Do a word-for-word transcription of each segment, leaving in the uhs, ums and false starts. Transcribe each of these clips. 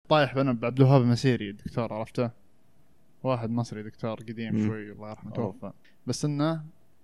طايح بنا بعبد الوهاب المسيري الدكتور، عرفته؟ واحد مصري دكتور قديم مم. شوي الله يرحمه توفى، بس انه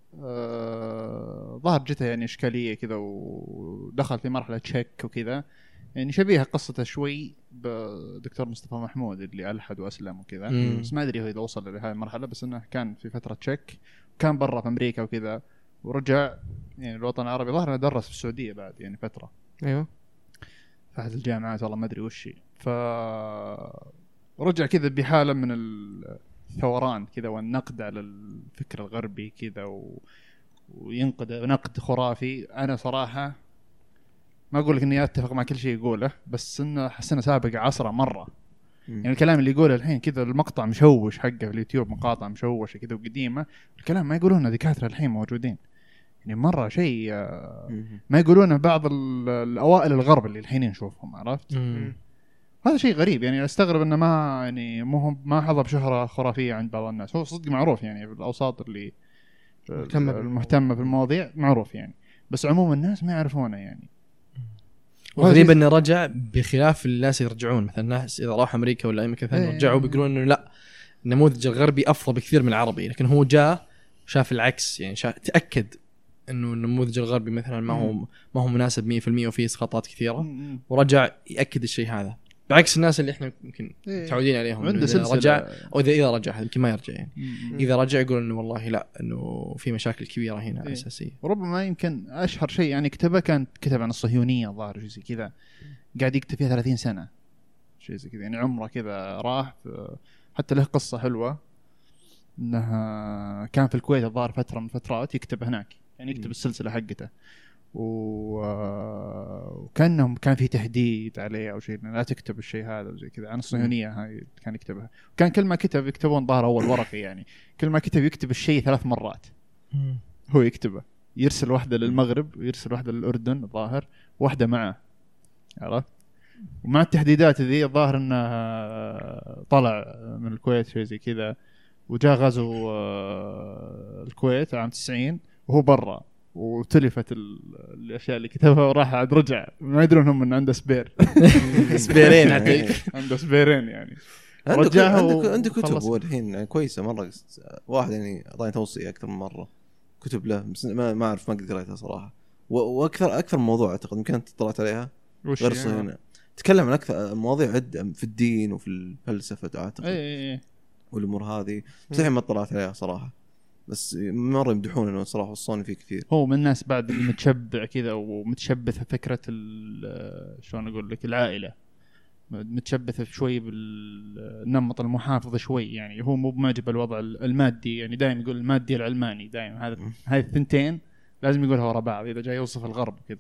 آه ظهر جته يعني اشكاليه كذا ودخل في مرحله تشيك وكذا، يعني شبيهه قصته شوي بدكتور مصطفى محمود اللي ألحد واسلم وكذا، بس ما ادري هو اذا وصل لهذه المرحله، بس انه كان في فتره تشيك، كان برا في امريكا وكذا ورجع يعني الوطن العربي. ظهر انه درس في السعوديه بعد يعني فتره، ايوه في احد الجامعات والله ما ادري وش هي، ف رجع كذا بحاله من الثوران كذا والنقد على الفكر الغربي كذا و... وينقد نقد خرافي. انا صراحه ما اقول لك اني اتفق مع كل شيء يقوله، بس انه حسنا سابق عصره مره. يعني الكلام اللي يقوله الحين كذا المقطع مشوش حقه في اليوتيوب، مقاطع مشوشه كذا وقديمه، الكلام ما يقولونه دكاتره الحين موجودين، يعني مره شيء ما يقولونه بعض الاوائل الغرب اللي الحين نشوفهم، عرفت؟ هذا شيء غريب يعني. استغرب انه ما يعني مو ما حظى بشهره خرافيه عند بعض الناس. هو صدق معروف يعني في الاوساط اللي المهتمه في المواضيع معروف يعني، بس عموم الناس ما يعرفونه يعني. وغريب انه رجع بخلاف الناس يرجعون مثلا الناس اذا راح امريكا ولا اي مكان ثاني رجعوا بيقولون انه لا النموذج الغربي افضل بكثير من العربي، لكن هو جاء شاف العكس يعني شاف تاكد انه النموذج الغربي مثلا ما هو ما هو مناسب مية بالمية وفيه اسقاطات كثيره، ورجع ياكد الشيء هذا بعكس الناس اللي احنا يمكن متعودين عليهم إذا رجع او اذا اذا رجع يمكن ما يرجع يعني مم. اذا رجع يقول انه والله لا انه في مشاكل كبيره هنا. إيه. اساسيه وربما يمكن اشهر شيء يعني كتبه كان كتب عن الصهيونيه الظاهر شيء زي كذا، قاعد يكتب فيها ثلاثين سنه شيء زي كذا يعني، عمره كذا راح. حتى له قصه حلوه انها كان في الكويت الظاهر فتره من فترات يكتب هناك يعني يكتب السلسله حقته، وكانهم كان في تهديد عليه او شيء لا تكتب الشيء هذا وزي كذا عن الصهيونيه هاي كان يكتبها. كان كل ما كتب يكتبون ظاهر اول ورقه يعني، كل ما كتب يكتب الشيء ثلاث مرات هو يكتبه، يرسل واحده للمغرب ويرسل واحده للاردن الظاهر، واحده معه عرفت. ومع التهديدات ذي الظاهر انه طلع من الكويت شيء زي كذا، وجاء غزو الكويت عام تسعين وهو برا، وتلفت الاشياء اللي كتبها وراح عاد رجع ما يدرون هم انه عنده سبير سبيرين عندك عنده سبيرين يعني. رجعها عندك عندك كتب والحين كويسه مره. واحد يعني اعطاني توصيه اكثر من مره كتب له بس ما ما اعرف ما قد قريتها صراحه. واكثر اكثر موضوع اعتقد يمكن انت طلعت عليها غير صهيونيه، تكلم عن اكثر مواضيع عده في الدين وفي الفلسفه اعتقد اي والامور هذه، بس الحين ما طلعت عليها صراحه، بس مرة يمدحون انه صراحه وصوني فيه كثير. هو من الناس بعد المتشبع كذا ومتشبث في فكره شلون اقول لك العائله، متشبث شوي بالنمط المحافظ شوي يعني، هو مو معجب الوضع المادي يعني، دائما يقول المادي العلماني دائما، هذا هاي الثنتين لازم يقولها ورا بعض اذا جاي يوصف الغرب كذا.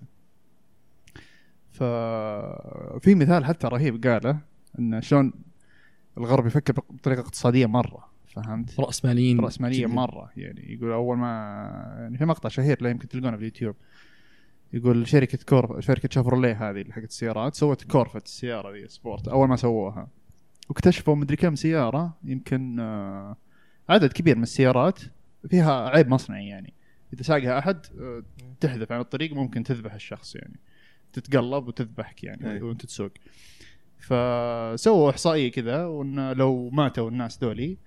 ففي مثال حتى رهيب قاله ان شلون الغرب يفكر بطريقه اقتصاديه مره، فهمت؟ رأسماليين رأسمالية مرة يعني. يقول أول ما يعني في مقطع شهير لا يمكن تلقونه في اليوتيوب، يقول شركة كور شركة شافروليه هذه اللي حقت السيارات سوت كورفة السيارة ذي سبورت أول ما سووها، واكتشفوا مدري كم سيارة يمكن آه عدد كبير من السيارات فيها عيب مصنعي يعني، إذا ساقها أحد آه تحذف عن الطريق ممكن تذبح الشخص يعني، تتقلب وتذبحك يعني وانت تسوق. فسووا إحصائية كذا وإن لو ماتوا الناس دولي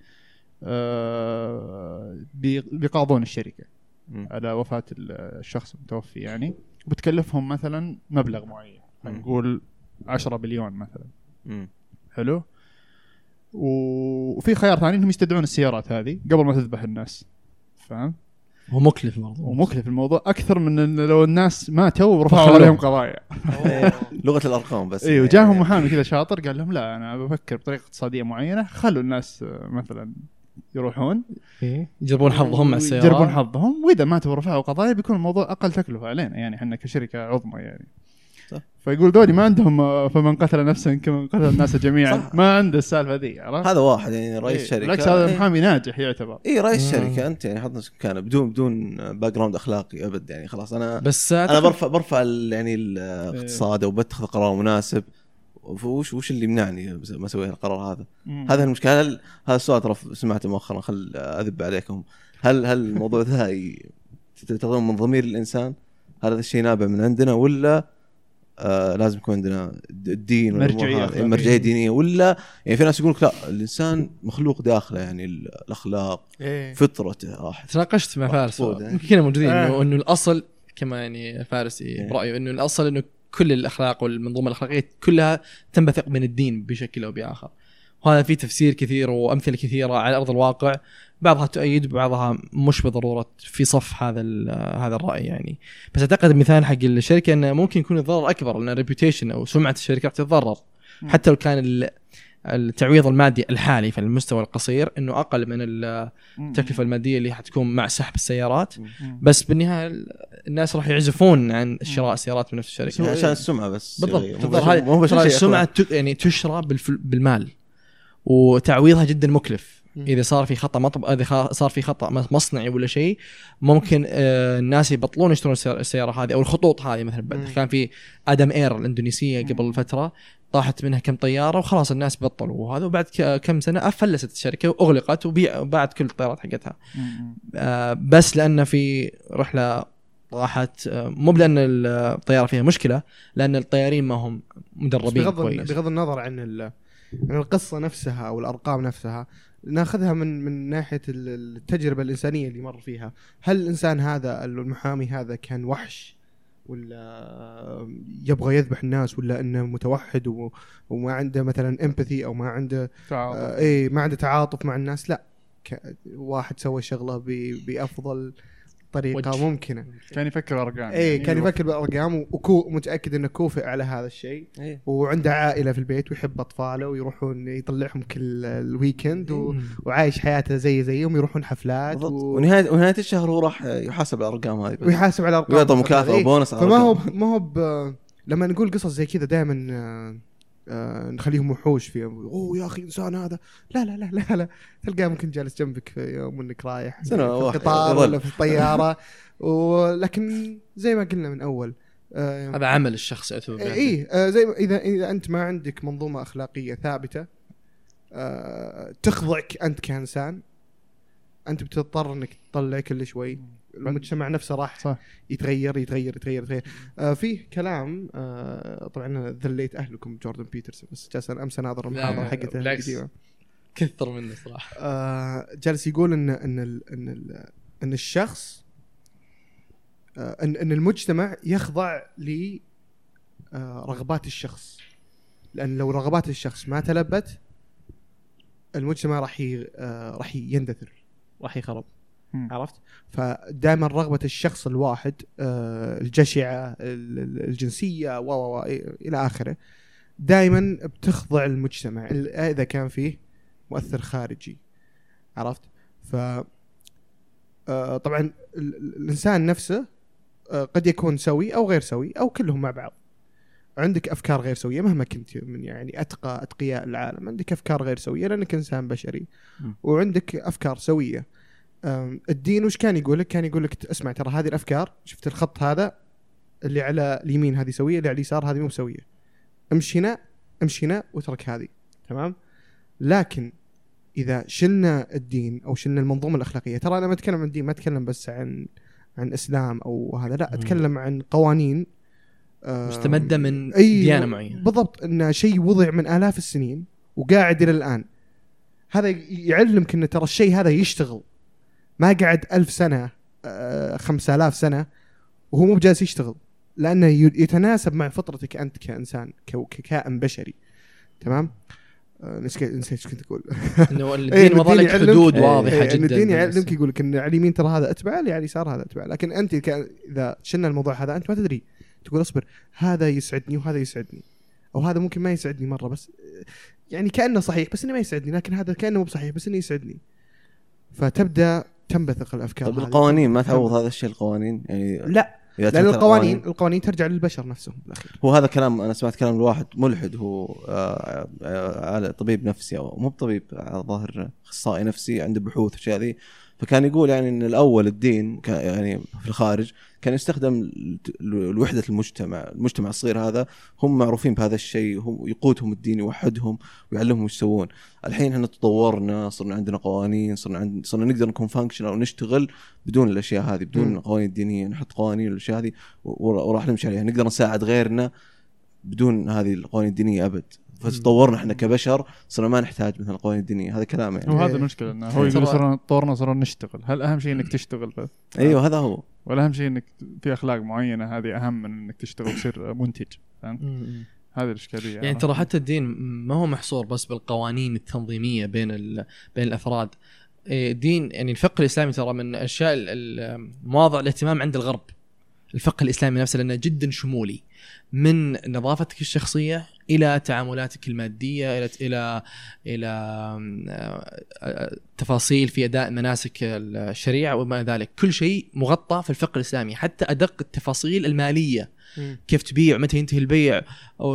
آه بيقاضون الشركة م. على وفاة الشخص المتوفي يعني، وبتكلفهم مثلا مبلغ معين نقول عشرة بليون مثلا م. حلو. وفي خيار ثاني انهم يستدعون السيارات هذه قبل ما تذبح الناس، فاهم؟ ومكلف الموضوع ومكلف الموضوع اكثر من لو الناس ماتوا ورفعوا عليهم قضايا لغة الارقام بس. ايوه جاهم محامي كذا شاطر قال لهم لا انا بفكر بطريقة اقتصادية معينة، خلوا الناس مثلا يروحون يجربون حظهم مع السيارة يجربون حظهم، وإذا ماتوا ورفعوا قضايا بيكون الموضوع أقل تكلفة علينا يعني إحنا كشركة عظمى يعني صح. فيقول دولي ما عندهم فمن قتل نفسا كمن قتل الناس جميعا صح. ما عنده السالفة ذي، هذا واحد يعني رئيس إيه. شركة لكن هذا محامي ناجح يعتبر إيه رئيس شركة أنت يعني حط نفسك كان بدون بدون باك جراوند أخلاقي أبد يعني خلاص أنا بس أنا برفع برفع يعني الاقتصاد إيه. وبتخذ قرار مناسب، وش وش اللي يمنعني ما اسوي القرار هذا؟ مم. هذا المشكله. هل هذا السؤال ترى سمعته مؤخرا خل اذب عليكم، هل هل الموضوع ذا تتغير من ضمير الانسان؟ هل هذا الشيء نابع من عندنا ولا آه لازم يكون عندنا الدين مرجعية مرجعية دينية، ولا يعني في ناس يقولون لا الإنسان مخلوق داخله يعني الأخلاق إيه. فطرته راح. تناقشت مع فارس كنا موجودين إنه إنه الأصل كما يعني فارس برأيه إنه الأصل إنه كل الأخلاق والمنظومة الأخلاقية كلها تنبثق من الدين بشكل أو بآخر، وهذا فيه تفسير كثير وأمثلة كثيرة على أرض الواقع، بعضها تؤيد وبعضها مش بالضرورة في صف هذا هذا الرأي يعني. بس أعتقد المثال حق الشركة أنه ممكن يكون الضرر أكبر، لأن ريبيوتيشن أو سمعة الشركة تتضرر حتى لو كان التعويض المادي الحالي في المستوى القصير إنه أقل من التكلفة المادية اللي حتكون مع سحب السيارات، بس بالنهاية الناس راح يعزفون عن شراء السيارات من نفس الشركة عشان السمعة بس. بالضبط، هذه السمعة يعني تشرى بالمال، وتعويضها جدا مكلف. إذا صار في خطأ مطب، إذا صار في خطأ مصنعي ولا شيء، ممكن آه الناس يبطلون يشترون السيارة هذه أو الخطوط هذه. مثلا كان في آدم إير الإندونيسية قبل فترة طاحت منها كم طيارة وخلاص الناس بطلوا وهذا، وبعد كم سنة أفلست الشركة وأغلقت وباعت كل الطيارات حقتها. آه بس لأن في رحلة راحت، آه مو لأن الطيارة فيها مشكلة، لأن الطيارين ما هم مدربين بغض كويس. بغض النظر عن من القصة نفسها أو الأرقام نفسها، ناخذها من من ناحية التجربة الإنسانية اللي مر فيها. هل الإنسان هذا المحامي هذا كان وحش ولا يبغى يذبح الناس، ولا إنه متوحد وما عنده مثلا امباثي أو ما عنده آه إيه ما عنده تعاطف مع الناس؟ لا، واحد سوى شغله بأفضل طريقة وجه. ممكنة كان يفكر أرقام، إيه يعني كان يفكر بأرقام، وكو متأكد إنه كوفئ على هذا الشيء. إيه. وعنده عائلة في البيت ويحب أطفاله ويروحون يطلعهم كل الويكند و... وعايش حياته زي زيهم، يروحون حفلات و... ونهاية ونهاية الشهر هو راح يحاسب على الأرقام هذه، ويحاسب على الأرقام ويعطى مكافأة وبونص. فما هو ما هو ب... لما نقول قصص زي كذا دائما آه نخليهم وحوش فيه، اوه يا اخي انسان هذا. لا لا لا لا, لا. تلقاه ممكن جالس جنبك في يوم انك رايح في القطار ولا في الطياره ولكن زي ما قلنا من اول آه هذا عمل الشخص يعتبر اي آه زي اذا اذا انت ما عندك منظومه اخلاقيه ثابته آه تخضعك انت كانسان، انت بتضطر انك تطلع كل شوي. المجتمع نفسه راح صح. يتغير يتغير يتغير, يتغير. آه فيه كلام آه طبعا ذليت أهلكم جوردن بيترسون، بس جالس أمس ناظر المحاضرة حقته القديمة كثر منه صراحة. آه جالس يقول إن إن ال إن ال إن الشخص آه إن إن المجتمع يخضع ل آه رغبات الشخص، لأن لو رغبات الشخص ما تلبت المجتمع راح آه راح يندثر، راح يخرب. عرفت؟ فدائما رغبة الشخص الواحد آه الجشعة الجنسية و و إلى آخره دائما بتخضع المجتمع إذا كان فيه مؤثر خارجي. عرفت؟ ف آه طبعا الإنسان نفسه آه قد يكون سوي أو غير سوي أو كلهم مع بعض. عندك أفكار غير سوية مهما كنت من يعني أتقى أتقياء العالم، عندك أفكار غير سوية لأنك إنسان بشري، وعندك أفكار سوية. الدين وش كان يقولك؟ كان يقولك اسمع ترى هذه الأفكار، شفت الخط هذا اللي على اليمين هذه سوية، اللي على اليسار هذه مو سوية، امشي هنا امشي هنا وترك هذه. تمام؟ لكن إذا شلنا الدين أو شلنا المنظومة الأخلاقية، ترى أنا ما أتكلم عن الدين، ما أتكلم بس عن عن إسلام أو هذا، لا أتكلم عن قوانين مستمدة من ديانة معينة. بالضبط، إن شيء وضع من آلاف السنين وقاعد إلى الآن. هذا يعلمك إن ترى الشيء هذا يشتغل، ما قعد ألف سنة آه خمسة آلاف سنة وهو مو بجالس يشتغل، لأنه يتناسب مع فطرتك أنت كإنسان ككائن بشري. تمام؟ آه نسيت نسيت كنت أقول إنه الدين وضع لك حدود واضحة ايه جدا. الدين يعلمك يقول لك إن على اليمين ترى هذا أتبع، اللي على اليسار هذا أتبع. لكن أنت إذا شلنا الموضوع هذا أنت ما تدري، تقول أصبر هذا يسعدني وهذا يسعدني، أو هذا ممكن ما يسعدني مرة بس يعني كأنه صحيح بس إنه ما يسعدني، لكن هذا كأنه مو بصحيح بس إنه يسعدني. فتبدأ تنبثق الأفكار. طب القوانين ما تعوض هذا الشيء؟ القوانين يعني لا، لأن القوانين القوانين ترجع للبشر نفسهم بالأخير. هو هذا كلام أنا سمعت كلام الواحد ملحد، هو آه آه طبيب نفسي أو مو طبيب، ظاهر أخصائي نفسي عنده بحوث وشيء هذه، فكان يقول يعني إن الأول الدين يعني في الخارج كان يستخدم لوحدة المجتمع، المجتمع الصغير هذا هم معروفين بهذا الشيء، هم يقودهم الدين، يوحدهم ويعلمهم ايش يسوون. الحين احنا تطورنا، صرنا عندنا قوانين، صرنا عند... صرنا نقدر نكون فانكشنال ونشتغل بدون الاشياء هذه، بدون القوانين الدينيه، نحط قوانين والاشياء هذه وراح نمشي عليها، نقدر نساعد غيرنا بدون هذه القوانين الدينيه ابد. فتطورنا احنا كبشر صرنا ما نحتاج مثل القوانين الدينيه. هذا كلام يعني. وهذا المشكله انه هو يقول صرنا تطورنا صرنا نشتغل. هل اهم شيء انك تشتغل بس؟ ايوه هذا هو. ولا اهم شيء انك في اخلاق معينه هذه اهم من انك تشتغل تصير منتج. فهمت؟ هذه الاشكاليه يعني ترى حتى الدين ما هو محصور بس بالقوانين التنظيميه بين بين الافراد. الدين يعني الفقه الاسلامي ترى من اشياء المواضع الاهتمام عند الغرب. الفقه الاسلامي نفسه لانه جدا شمولي من نظافتك الشخصيه الى تعاملاتك الماديه الى الى الى تفاصيل في اداء مناسك الشريعه وما ذلك. كل شيء مغطى في الفقه الاسلامي حتى ادق التفاصيل الماليه. م. كيف تبيع متى ينتهي البيع او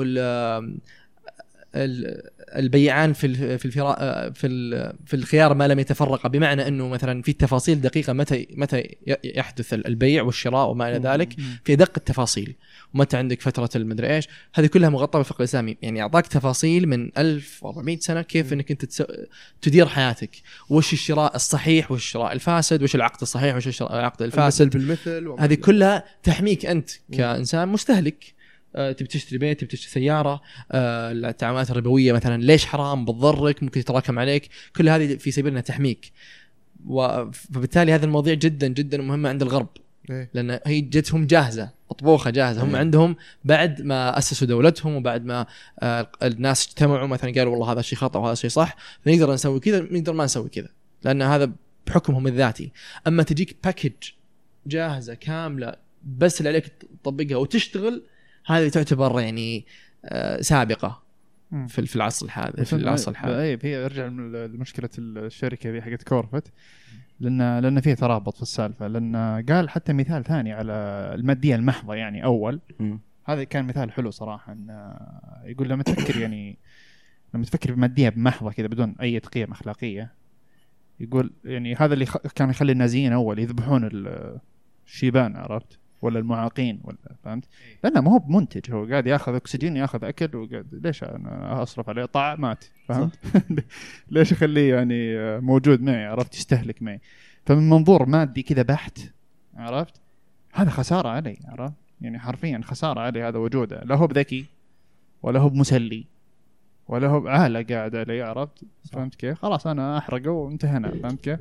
البيعان في في الفراء في في الخيار ما لم يتفرق. بمعنى انه مثلا في تفاصيل دقيقه متى متى يحدث البيع والشراء وما الى ذلك في ادق التفاصيل. ومتى عندك فتره المدري ايش. هذه كلها مغطاه بالفقه الاسلامي. يعني اعطاك تفاصيل من ألف وأربعمائة سنه كيف انك انت تدير حياتك. وش الشراء الصحيح وش الشراء الفاسد وش العقد الصحيح وش العقد الفاسد بالمثل. هذه كلها تحميك انت كانسان مستهلك. تبي تشتري بيت تبي تشتري سياره. التعاملات الربويه مثلا ليش حرام بتضرك ممكن يتراكم عليك. كل هذه في سبيل انها تحميك. وبالتالي هذه المواضيع جدا جدا مهمه عند الغرب. لان هي جتهم جاهزه مطبوخه جاهزه. هم عندهم بعد ما اسسوا دولتهم وبعد ما الناس اجتمعوا مثلا قالوا والله هذا الشيء خطا وهذا الشيء صح نقدر نسوي كذا نقدر ما نسوي كذا لان هذا بحكمهم الذاتي. اما تجيك باكج جاهزه كامله بس اللي عليك تطبقها وتشتغل هذه تعتبر يعني سابقة في في العصر الحالي. في العصر الحالي اي هي يرجع لمشكلة الشركة ذي حقت كورفت لأن لأن فيه ترابط في السالفة. لأن قال حتى مثال ثاني على المادية المحضة يعني أول م. هذا كان مثال حلو صراحة. إن يقول لما تفكر يعني لما تفكر بمادية بمحضة كذا بدون أي قيم أخلاقية يقول يعني هذا اللي كان يخلي النازيين أول يذبحون الشيبان عرفت ولا المعاقين ولا فهمت. لأنه ما هو بمنتج هو قاعد ياخذ أكسجين ياخذ أكل وقاعد ليش أنا أصرف عليه طاع مات فهمت. ليش أخليه يعني موجود معي عرفت يستهلك معي. فمن منظور مادي كذا بحت عرفت هذا خسارة علي عرفت يعني حرفيا خسارة علي هذا وجوده. لا هو بذكي ولا هو بمسلي ولا هو بعالة قاعد علي عرفت. فهمت كيف خلاص أنا أحرقه وانتهينا. فهمت كيف.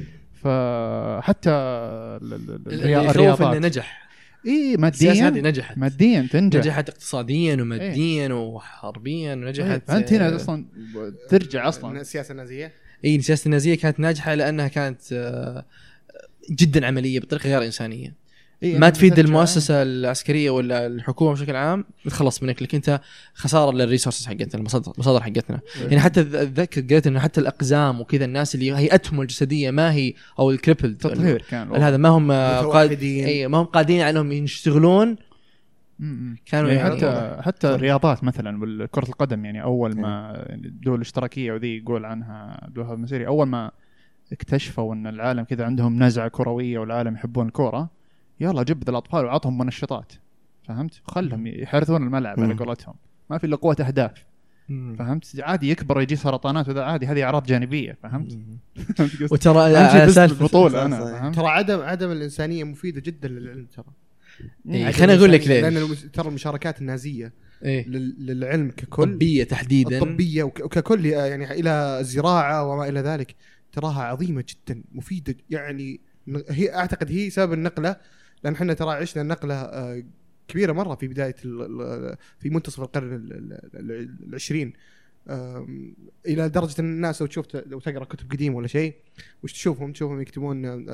فحتى الرياضات إنه نجح إيه ماديا هذه نجحت ماديا تنجح نجحت اقتصاديا وماديا إيه؟ وحربيا ونجحت. إيه؟ أنت هنا أصلا ترجع أصلا السياسة النازية. إيه السياسة النازية كانت ناجحة لأنها كانت جدا عملية بطريقة غير إنسانية. إيه ما تفيد المؤسسة العسكرية ولا الحكومة بشكل عام تخلص منك لك أنت خسارة للريسورسز حقتنا المصادر مصادر حقتنا. إيه؟ يعني حتى أتذكر قلت إنه حتى الأقزام وكذا الناس اللي هيئتهم الجسدية ما هي أو الكريبل تطهير كان هذا ما هم قادين أي ما هم قادين عليهم يشتغلون. كانوا يعني حتى حتى الرياضات مثلا والكرة القدم يعني أول ما الدول الاشتراكية وذي يقول عنها دوها مسيري أول ما اكتشفوا إن العالم كذا عندهم نزعة كروية والعالم يحبون الكرة يلا جبد الأطفال وعطهم منشطات فهمت خلهم يحرثون الملعب على قولتهم ما في إلا قوة أهداف. فهمت عادي يكبر يجي سرطانات وذا عادي هذه أعراض جانبية. فهمت وترى البطولة أنا فهمت ترى عدم عدم الإنسانية مفيدة جدا للعلم ترى. إيه خليني أقول لك ليش. لأن ترى المشاركات النازية إيه؟ للعلم ككل طبية تحديدا الطبية وككل يعني إلى الزراعة وما إلى ذلك تراها عظيمة جدا مفيدة. يعني هي أعتقد هي سبب النقلة لأن إحنا ترى عشنا النقلة كبيرة مرة في بداية في منتصف القرن العشرين إلى درجة أن الناس لو تشوف لو تقرأ كتب قديمة ولا شيء وش تشوفهم تشوفهم يكتبون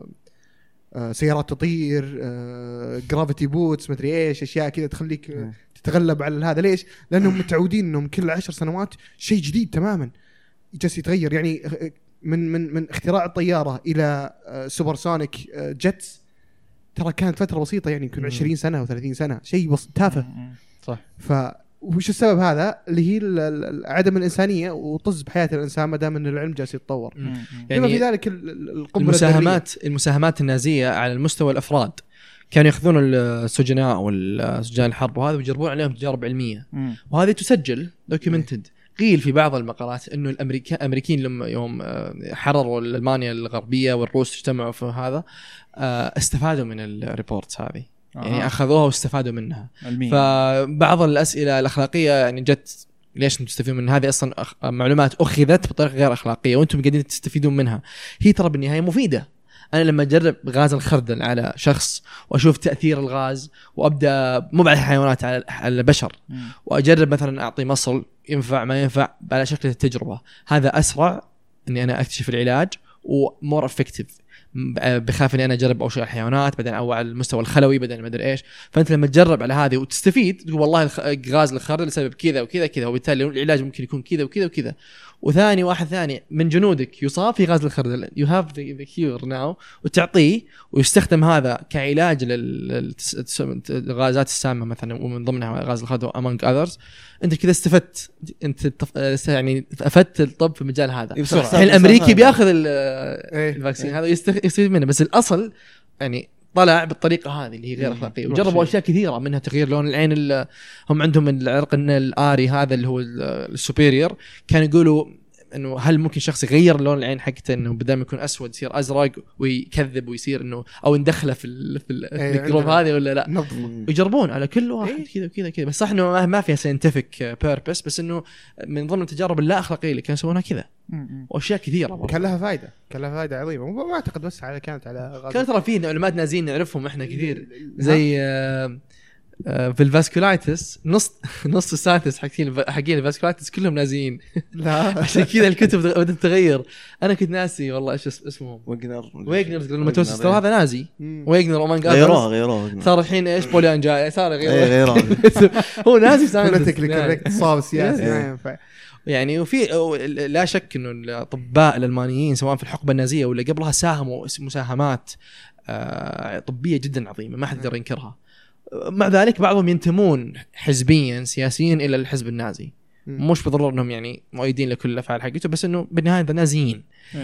سيارات تطير جرافيتي بوتس مدري إيش أشياء كذا تخليك تتغلب على هذا. ليش؟ لأنهم متعودين أنهم كل عشر سنوات شيء جديد تماما جالس يتغير. يعني من من من اختراع الطيارة إلى سوبرسونيك جيتس ترى كانت فترة بسيطة يعني يمكن عشرين سنة أو ثلاثين سنة شيء بس تافه صح. فوش السبب هذا اللي هي عدم الإنسانية وطز بحياة الإنسان ما دام أن العلم جالس يتطور. يعني في ذلك المساهمات المساهمات النازية على المستوى الأفراد كانوا يأخذون السجناء والسجان الحرب وهذا ويجربون عليهم تجارب علمية وهذه تسجل دوكيومنتد. قيل في بعض المقالات إنه الأمريكان لما يوم حرروا ألمانيا الغربية والروس اجتمعوا في هذا استفادوا من الريبورتس هذه يعني آه. اخذوها واستفادوا منها. المية. فبعض الاسئله الاخلاقيه يعني جت ليش انتم تستفيدون من هذه اصلا أخ... معلومات اخذت بطريقه غير اخلاقيه وانتم قاعدين تستفيدون منها. هي ترى بالنهايه مفيده. انا لما اجرب غاز الخردل على شخص واشوف تاثير الغاز وابدا مو على الحيوانات على البشر واجرب مثلا اعطي مصل ينفع ما ينفع على شكل التجربه، هذا اسرع اني انا اكتشف العلاج ومور افكتيف. بخاف اني انا اجرب اول شيء على الحيوانات بعدين او على المستوى الخلوي بعدين ما ادري ايش. فانت لما تجرب على هذه وتستفيد تقول والله غاز الخردل لسبب كذا وكذا كذا وبالتالي العلاج ممكن يكون كذا وكذا وكذا. وثاني واحد ثاني من جنودك يصاب في غاز الخردل you have the, the cure now وتعطيه ويستخدم هذا كعلاج للغازات السامة مثلا ومن ضمنها غاز الخردل among others. انت كذا استفدت انت يعني افدت الطب في المجال هذا. الحين الامريكي بياخذ الفاكسين هذا يستفيد منه بس الاصل يعني طلع بالطريقه هذه اللي هي غير اخلاقيه. وجربوا اشياء كثيره منها تغيير لون العين. هم عندهم العرق الآري هذا اللي هو السوبيريور كانوا يقولوا انه هل ممكن شخص يغير لون العين حقته انه بدل ما يكون اسود يصير ازرق ويكذب ويصير انه او ندخله في ال في الجروب هذه ولا لا. يجربون على كل واحد كذا وكذا كذا بس صح انه ما فيها ساينتفك بيربس بس انه من ضمن التجارب اللا اخلاقيه اللي كانوا يسوونها كذا واشياء كثيره كان لها فائده كان لها فائده عظيمه. ما اعتقد بس على كانت على غاز. كان ترى في علماء نازيين نعرفهم احنا كثير زي آه في الفاسكولايتس نص نص الساينتست حقين حقين الفاسكولايتس كلهم نازيين. لا عشان كذا الكتب بدأت تتغير. انا كنت ناسي والله ايش اسمهم ويجنر ويجنر لما توسس ترى هذا نازي ويجنر ومانج غيروه غيروه صار الحين ايش بوليانجا صار غيروه هو نازي ساينتست كوريكت صاب سياسي ما ينفع يعني. وفي لا شك انه الاطباء الالمانيين سواء في الحقبه النازيه ولا قبلها ساهموا مساهمات طبيه جدا عظيمه ما حد يقدر ينكرها. مع ذلك بعضهم ينتمون حزبيا سياسيا الى الحزب النازي مش بالضروره انهم يعني مؤيدين لكل الافعال حقته بس انه بالنهايه نازيين.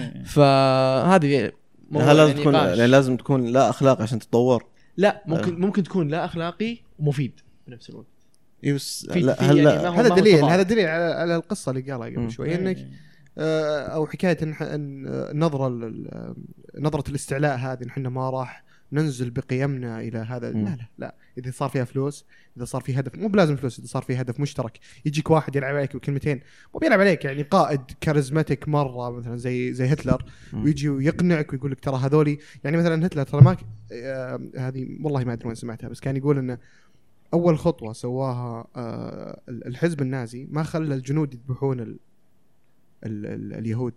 فهذه هل لازم تكون يعني لازم تكون لا اخلاقي عشان تتطور؟ لا ممكن ممكن تكون لا اخلاقي ومفيد بنفس الوقت. يس لا هل يعني هذا دليل هذا دليل على, على القصه اللي قالها قبل شوي انك او حكايه النظره نظره الاستعلاء هذه نحن ما راح ننزل بقيمنا الى هذا. لا لا لا اذا صار فيها فلوس اذا صار في هدف مو بلازم فلوس اذا صار في هدف مشترك يجيك واحد يلعب عليك بكلمتين مو بيلعب عليك يعني قائد كاريزماتيك مره مثلا زي زي هتلر ويجي ويقنعك ويقول لك ترى هذولي يعني مثلا هتلر ترى ما آه هذه والله ما ادري وين سمعتها بس كان يقول انه اول خطوه سواها آه الحزب النازي ما خلى الجنود يذبحون ال ال ال اليهود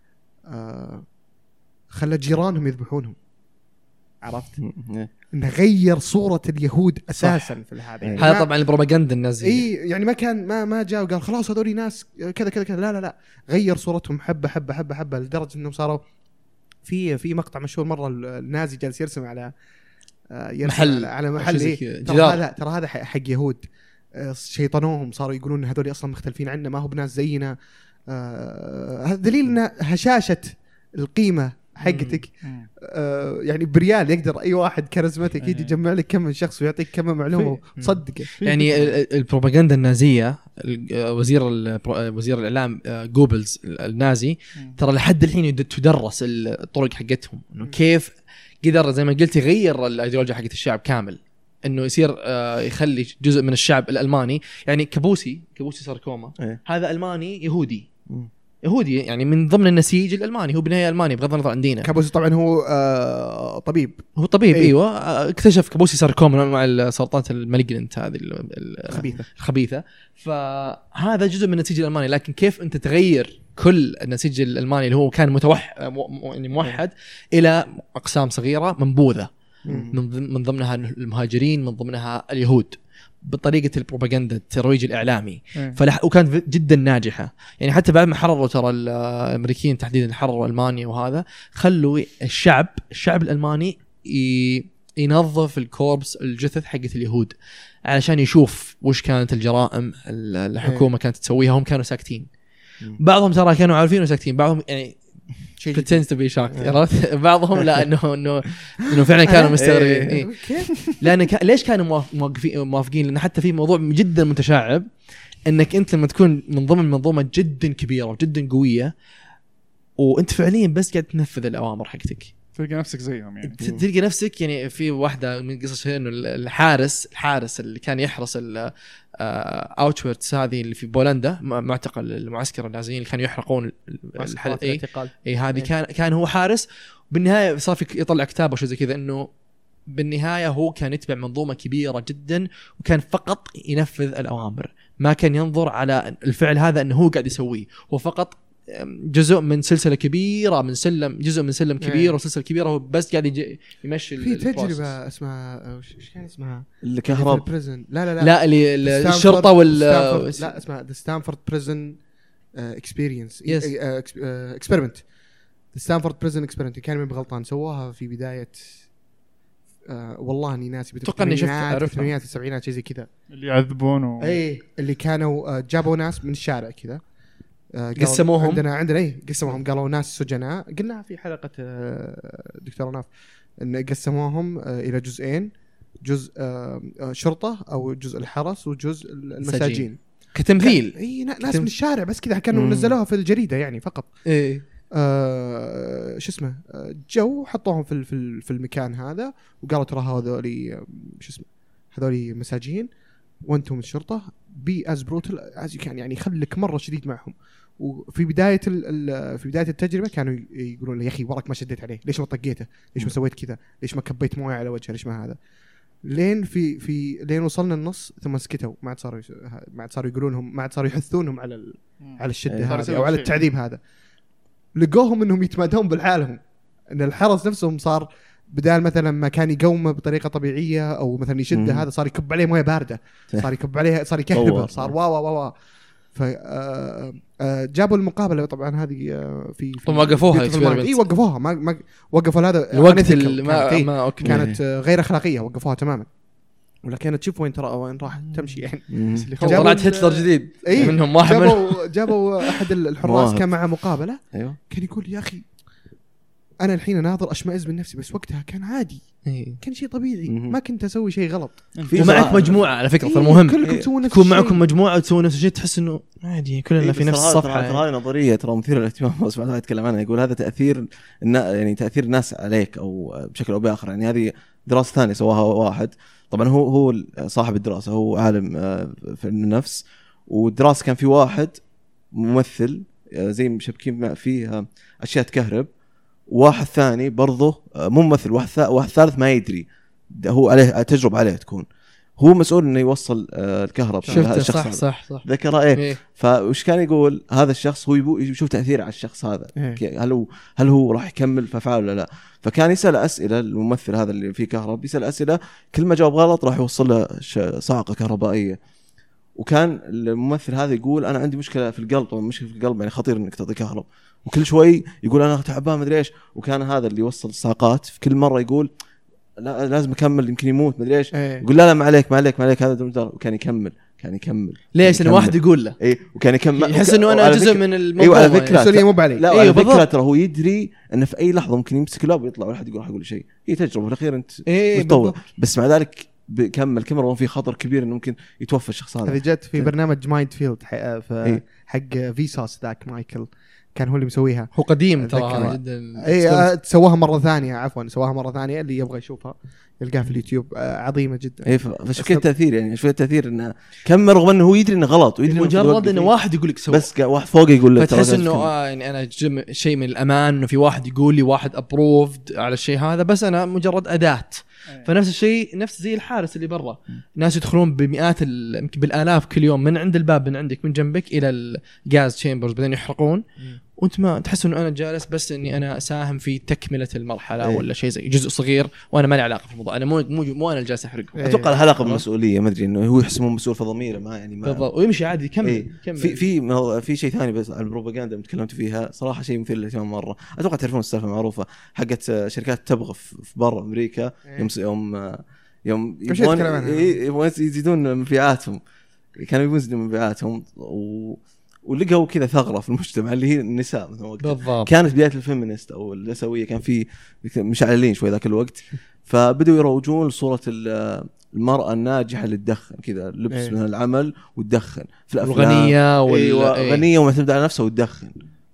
آه خلى جيرانهم يذبحونهم. عرفت انه غير صوره اليهود اساسا في هذا. هذا طبعا البروباغندا النازيه. اي يعني ما كان ما ما جاء وقال خلاص هذول ناس كذا كذا كذا. لا لا لا غير صورتهم حبه حبه حبه حبه لدرجه انهم صاروا في في مقطع مشهور مره النازي جالس يرسم على يرسم محل على محل إيه؟ ترى هذا ترى هذا حق يهود شيطانوهم صاروا يقولون هذول اصلا مختلفين عنا ما هو بناس زينا. هذا دليل ان هشاشه القيمه حقتك آه يعني بريال يقدر اي واحد كاريزماتيك يجي يجمع لك كم من شخص ويعطيك كم معلومه وتصدقه. يعني البروباغندا النازيه وزير وزير الاعلام جوبلز النازي ترى لحد الحين تدرس الطرق حقتهم انه كيف قدر زي ما قلت يغير الايديولوجيا حقت الشعب كامل انه يصير يخلي جزء من الشعب الالماني يعني كابوسي كابوسي ساركوما إيه؟ هذا الماني يهودي يهودي يعني من ضمن النسيج الالماني هو بالنهايه الماني بغض النظر عن دينه. كابوسي طبعا هو آه طبيب هو طبيب أيه. ايوه اكتشف كابوسي ساركوما مع السرطانات المالجننت هذه الخبيثه الخبيثه. فهذا جزء من النسيج الالماني لكن كيف انت تغير كل النسيج الالماني اللي هو كان متوحد يعني موحد أيه. الى اقسام صغيره منبوذه من ضمنها المهاجرين من ضمنها اليهود بطريقه البروباغندا الترويج الاعلامي. فلح وكانت جدا ناجحه يعني حتى بعد ما حرروا ترى الامريكيين تحديدا حرروا المانيا وهذا خلوا الشعب الشعب الالماني ينظف الكوربس الجثث حقت اليهود علشان يشوف وش كانت الجرائم الحكومه كانت تسويها. هم كانوا ساكتين بعضهم ترى كانوا عارفين وساكتين بعضهم يعني pretends to be shocked عرفت بعضهم لا انه انه انه فعلا كانوا مستغربين إيه. لان ك... ليش كانوا موافقين موافقين لان حتى في موضوع جدا متشعب انك انت لما تكون من ضمن منظومه جدا كبيره وجدا قويه وانت فعليا بس قاعد تنفذ الاوامر حقتك تلقى نفسك زيهم يعني. تلقى نفسك يعني في واحده من قصص هي انه الحارس الحارس اللي كان يحرس اوتشورتس هذه اللي في بولندا، معتقل المعسكر النازيين اللي كانوا يحرقون الاعتقال، اي هذه كان كان هو حارس. بالنهايه صار في يطلع كتاب او شيء زي كذا انه بالنهايه هو كان يتبع منظومه كبيره جدا وكان فقط ينفذ الاوامر، ما كان ينظر على الفعل هذا انه هو قاعد يسويه، هو فقط جزء من سلسله كبيره من سلم جزء من سلم كبير وسلسله كبيره، هو بس قاعد يمشي في تجربه اسمها ايش كان اسمها الكهرب لا لا لا لا اللي الشرطه وال لا اسمها ذا ستانفورد بريزن اكسبيرينس اكسبيرمنت ستانفورد بريزن اكسبيرمنت كان من بغلطان سواها في بدايه آه والله اني ناسي اتوقع اني شفت الثمانينات السبعينات شيء زي كذا اللي يعذبون و... اي اللي كانوا آه جابوا ناس من الشارع كذا آه قسموهم عندنا عندنا اي قسموهم قالوا ناس سجناء قلناها في حلقه آه دكتور ناف ان قسموهم آه الى جزئين جزء آه شرطه او جزء الحرس وجزء المساجين كتمثيل اي ناس كتم... من الشارع بس كذا كانوا نزلوها في الجريده يعني فقط اي آه شو اسمه جو حطوهم في في في المكان هذا وقالوا ترى هذولي شو اسمه هذولي مساجين وانتم الشرطه بي از بروتل از كان يعني خليك مره شديد معهم. وفي بدايه في بدايه التجربه كانوا يقولون له يا اخي وراك ما شديت عليه، ليش ما طقيته، ليش ما سويت كذا، ليش ما كبيت مويه على وجهه، ليش ما هذا، لين في في لين وصلنا النص ثم سكتوا، ما عاد صاروا ما عاد صاروا يقولونهم ما عاد صاروا يحثونهم على ال... على الشده هذه او على التعذيب هذا. لقوهم انهم يتمادون بالحالهم، ان الحرس نفسهم صار بدال مثلا ما كان يقومه بطريقه طبيعيه او مثلا يشده هذا صار يكب عليه مويه بارده، صار يكب عليه صار يكهربه، صار وا وا وا ف جابوا المقابله طبعا هذه في ثم وقفوها اي وقفوها ما, ما وقفوا هذا الوقت ما, ما كانت غير اخلاقيه وقفوها تماما. ولا كانت تشوف وين ترى وين راح تمشي يعني. طلعت هتلر جديد ايه منهم واحد جابوا جابوا احد الحراس كان معه مقابله أيوه. كان يقول يا اخي انا الحين اناظر اشمئز من نفسي بس وقتها كان عادي إيه. كان شيء طبيعي ما كنت اسوي شيء غلط. ومعك مجموعه على فكره إيه المهم كلكم تسوون نفس تكون معكم مجموعه وتسوون نفس الشيء تحس انه عادي كلنا إيه في نفس الصفحه. ترى هذه نظريه ترى مثيره للاهتمام بس بعدها يتكلم عنها يقول هذا تاثير يعني تاثير الناس عليك او بشكل او باخر. يعني هذه دراسه ثانيه سواها واحد طبعا هو هو صاحب الدراسه هو عالم في النفس والدراسه كان في واحد ممثل زي مشبكين فيه اشياء تكهرب واحد ثاني برضه مو ممثل واحد واحد ثالث ما يدري هو عليه تجربه عليه تكون هو مسؤول انه يوصل الكهرباء شفته صح صح صح ذكر ايه, إيه. فوش كان يقول هذا الشخص هو يشوف تاثير على الشخص هذا إيه. هل هو هل هو راح يكمل في افعاله ولا لا. فكان يسال اسئله الممثل هذا اللي فيه كهرباء يسال اسئله كل ما جاوب غلط راح يوصل له صاعقه كهربائيه. وكان الممثل هذا يقول انا عندي مشكله في القلب طبعا مشكله في القلب يعني خطير انك تعطي كهرباء وكل شوي يقول انا تعبان ما ادري ايش. وكان هذا اللي يوصل الصاعقات في كل مره يقول لا لازم اكمل يمكن يموت ما ادري ايش ايه. يقول لا لا ما عليك ما عليك ما عليك هذا وكان يكمل كان يكمل ليش ان واحد يقول له اي وكان يكمل يحس انه انا جزء من الموضوع. ايوه على فكره المسؤوليه مو عليه. لا أيوة على فكره ترى هو يدري انه في اي لحظه ممكن يمسك اللاب ويطلع ولا حد يقول راح يقول شيء. هي تجربه في الاخير انت إيه متطور بس مع ذلك بكمل كاميرا في خطر كبير انه ممكن يتوفى الشخص هذا. هذه جت في برنامج مايند فيلد حق فيسوس ذاك مايكل كان هو اللي مسويها. هو قديم ترى جدا اي سواها مره ثانيه عفوا سواها مره ثانيه اللي يبغى يشوفها يلقاها في اليوتيوب عظيمه جدا. اي فشوف كيف التاثير يعني شويه التاثير انه كم رغم انه هو يدري انه غلط ويدري مجرد انه واحد يقول لك سوي بس واحد فوق يقول لك فتحس انه آه يعني انا شيء من الامان انه في واحد يقول لي واحد ابروفد على الشيء هذا بس انا مجرد اداه. فنفس الشيء نفس زي الحارس اللي برا ناس يدخلون بمئات يمكن بالالاف كل يوم من عند الباب من عندك من جنبك الى الجاز تشامبرز بعدين يحرقون وانت ما تحس انه انا جالس بس اني انا اساهم في تكمله المرحله ايه. ولا شيء زي جزء صغير وانا ما لي علاقه في الموضوع انا مو مو, مو انا اللي جالس احرق. ايه. اتوقع لها علاقه بالمسؤوليه ما ادري انه هو يحسمه مسؤول في ضميره ما يعني ما بالضبط ويمشي عادي يكمل ايه. كمل. في في في شيء ثاني بس على البروباغندا اللي تكلمت فيها صراحه شيء مثير للاهتمام مره. اتوقع تعرفون السالفه المعروفه حقت شركات تبغى في برا امريكا يوم يوم يوم يبغون يبغون يزيدون مبيعاتهم كانوا يبغون يزيدون مبيعاتهم و ولقوا كذا ثغره في المجتمع اللي هي النساء مثلا وقتها كانت بدايه الفيمينست او النسويه كان في مشعلين شوي ذاك الوقت فبدوا يروجون لصوره المراه الناجحه اللي تدخن كذا لبس ايه. من العمل وتدخن في الافلام الغنيه ولا ايوه غنيه ومعتمده على نفسها وتدخن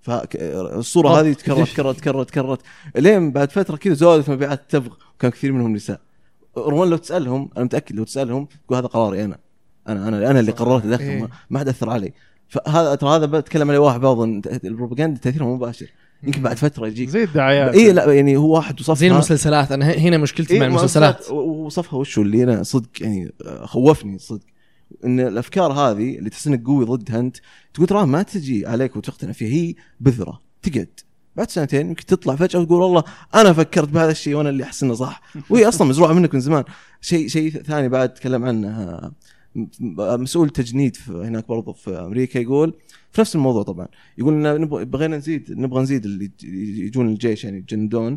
فالصوره هذه تكررت تكررت تكررت تكررت لين بعد فتره كذا زادت مبيعات التبغ، وكان كثير منهم نساء. روان لو تسالهم، انا متاكد لو تسالهم تقول هذا قراري انا انا انا انا اللي قررت ادخل، إيه. ما حد اثر علي. فهذا ترى هذا بتكلم عليه واحد بعض البروباغندا تاثيرها مباشر، يمكن بعد فتره يجيك زي الدعايات. اي لا يعني هو واحد وصفها زي المسلسلات. انا هنا مشكلتي إيه مع المسلسلات وصفها وشو اللي انا صدق يعني خوفني صدق، ان الافكار هذه اللي تحس انك قوي ضدها انت تقول ترى ما تجي عليك وتقتنع فيها، هي بذره تقعد بعد سنتين يمكن تطلع فجاه وتقول والله انا فكرت بهذا الشيء وانا اللي احس انه صح، وهي اصلا مزروعه منك من زمان. شيء شيء ثاني بعد تكلم عنه مسؤول تجنيد هناك برضه في امريكا، يقول في نفس الموضوع طبعا، يقول ان بغينا نزيد نبغى نزيد اللي يجون الجيش يعني يجندون،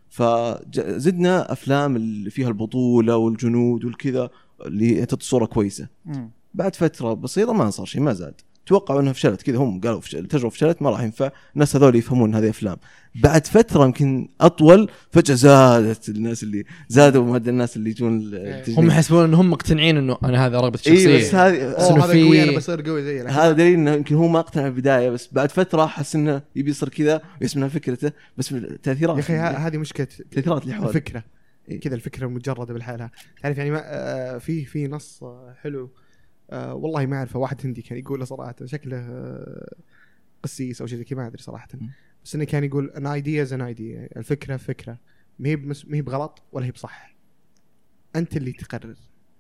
فزدنا افلام اللي فيها البطوله والجنود والكذا اللي تعطي صوره كويسه. مم. بعد فتره بسيطه ما صار شيء، ما زاد. توقعوا انها فشلت كذا، هم قالوا التجربه فشلت ما راح ينفع، الناس هذول يفهمون هذه افلام. بعد فتره يمكن اطول فجاه زادت الناس اللي زادوا مد الناس اللي يجون التجنيد. هم يحسبون انهم مقتنعين انه انا هذا رغبه شخصيه. إيه بس هذه هذا قوي انا بصير قوي زي هذا دليل انه يمكن هو ما اقتنع في البدايه، بس بعد فتره حس انه يبي يصير كذا ويسمع فكرته، بس تاثيرات يا اخي هذه مشكله تاثيرات اللي حوالي الفكره. إيه؟ كذا الفكره مجرده بالحالها تعرف يعني ما آه في في نص آه حلو آه والله ما اعرفه، واحد هندي كان يقول صراحه شكله آه قسيس او شيء زي كذا ما ادري صراحه، بس انه كان يقول an idea is an idea، الفكره فكره ما هي ما هي بغلط ولا هي بصح، انت اللي تقرر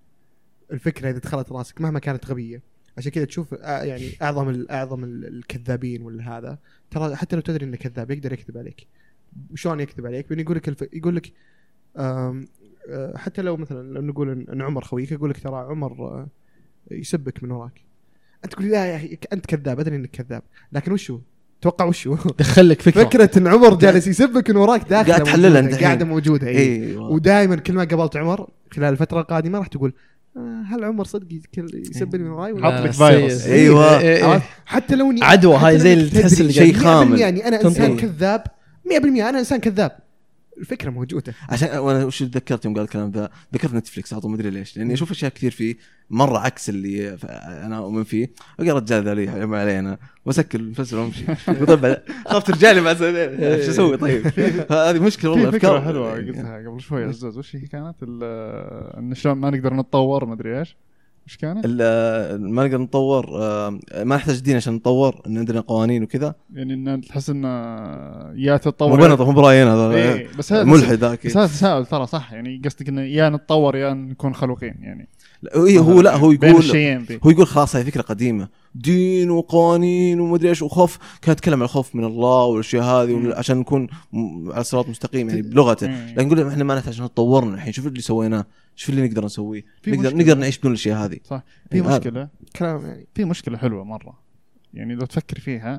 الفكره اذا دخلت راسك مهما كانت غبيه. عشان كذا تشوف آه يعني اعظم الاعظم الكذابين ولا هذا، ترى حتى لو تدري انه كذاب يقدر يكذب عليك. وشلون يكذب عليك؟ بين يقول لك الف... يقول لك آم... آه حتى لو مثلا لو نقول ان عمر خويك يقول لك ترى عمر آه يسبك من وراك، انت تقول لا يا اخي انت كذاب، ادري انك كذاب، لكن وشو توقع وشو دخلك فكره فكره ان عمر جالس يسبك من وراك داخله قاعد تحللها انت قاعده موجوده. اي إيه ودائما كل ما قابلت عمر خلال الفتره القادمه راح تقول آه هل عمر صدق يسبني من وراي ولا حط لك فيروس؟ ايوه إيه إيه. حتى لو اني عدوى هاي زي اللي تحس اللي شيء خامل يعني انا انسان إيه. كذاب مية بالمية، انا انسان كذاب، الفكره موجوده. عشان وانا وش تذكرت يوم قال الكلام ذا، ذكرت نتفليكس عطوا مدري ليش، لاني اشوف اشياء كثير فيه مره عكس اللي انا اؤمن فيه. اقول رجال ذا لي ما علينا واسكر المسلسل وامشي. طبعا خاف ترجع لي بعد سنتين ايش اسوي؟ طيب هذه مشكله والله. فكره حلوه قلتها قبل شوي عزوز، وش هي كانت؟ ان شلون ما نقدر نتطور ما ادري ايش ايش كانت؟ ما نقدر نتطور، ما نحتاج دين عشان نتطور، ان عندنا قوانين وكذا، يعني ان تحس ان يا تتطور مو بنطق مو برايين هذا إيه بس هذا ملحد ذاك. بس هذا تساؤل ترى صح، يعني قصدك انه يا نتطور يا نكون خلوقين يعني. إيه هو لا هو يقول هو يقول خلاص هاي فكره قديمه، دين وقوانين ومدري ايش وخوف، كان يتكلم عن الخوف من الله والاشياء هذه عشان نكون على صراط مستقيم يعني بلغته. لكن نقول احنا ما نحتاج نتطورنا الحين، شوف اللي سويناه، شوف اللي نقدر نسويه، نقدر نقدر نعيش بدون الاشياء هذه. صح في يعني مشكله كلام يعني في مشكله حلوه مره، يعني لو تفكر فيها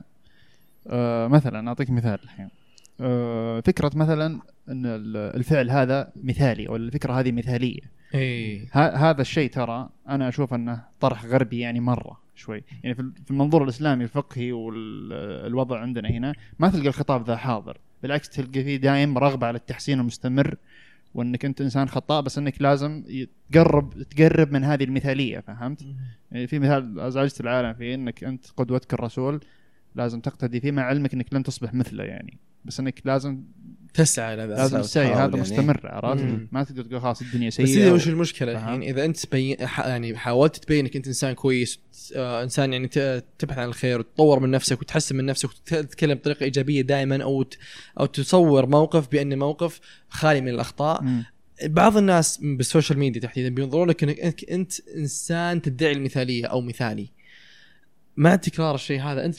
آه مثلا اعطيك مثال الحين آه فكره مثلا ان الفعل هذا مثالي او الفكره هذه مثاليه. اي هذا الشيء ترى انا اشوف انه طرح غربي يعني مره شوي، يعني في المنظور الاسلامي الفقهي والوضع عندنا هنا ما تلقى الخطاب ذا حاضر، بالعكس تلقى فيه دائم رغبه على التحسين المستمر، وانك انت انسان خطاء بس انك لازم تقرب تقرب من هذه المثاليه. فهمت؟ يعني في مثال ازعجت العالم فيه انك انت قدوتك الرسول لازم تقتدي فيه مع علمك انك لن تصبح مثله يعني، بس انك لازم تسعى الى ذا، لازم تسعى هذا يعني مستمر. عرفت؟ ما تقدر تقول خلاص الدنيا سيئه. بس إذا وش المشكله الحين اذا انت تبين يعني حاولت تبين انك انت انسان كويس، آه انسان يعني تبحث عن الخير وتطور من نفسك وتحسن من نفسك وتتكلم بطريقه ايجابيه دائما، او او تصور موقف بان موقف خالي من الاخطاء. م. بعض الناس بالسوشيال ميديا تحديدا بينظروا لك انك انت انسان تدعي المثاليه او مثالي. مع تكرار الشيء هذا انت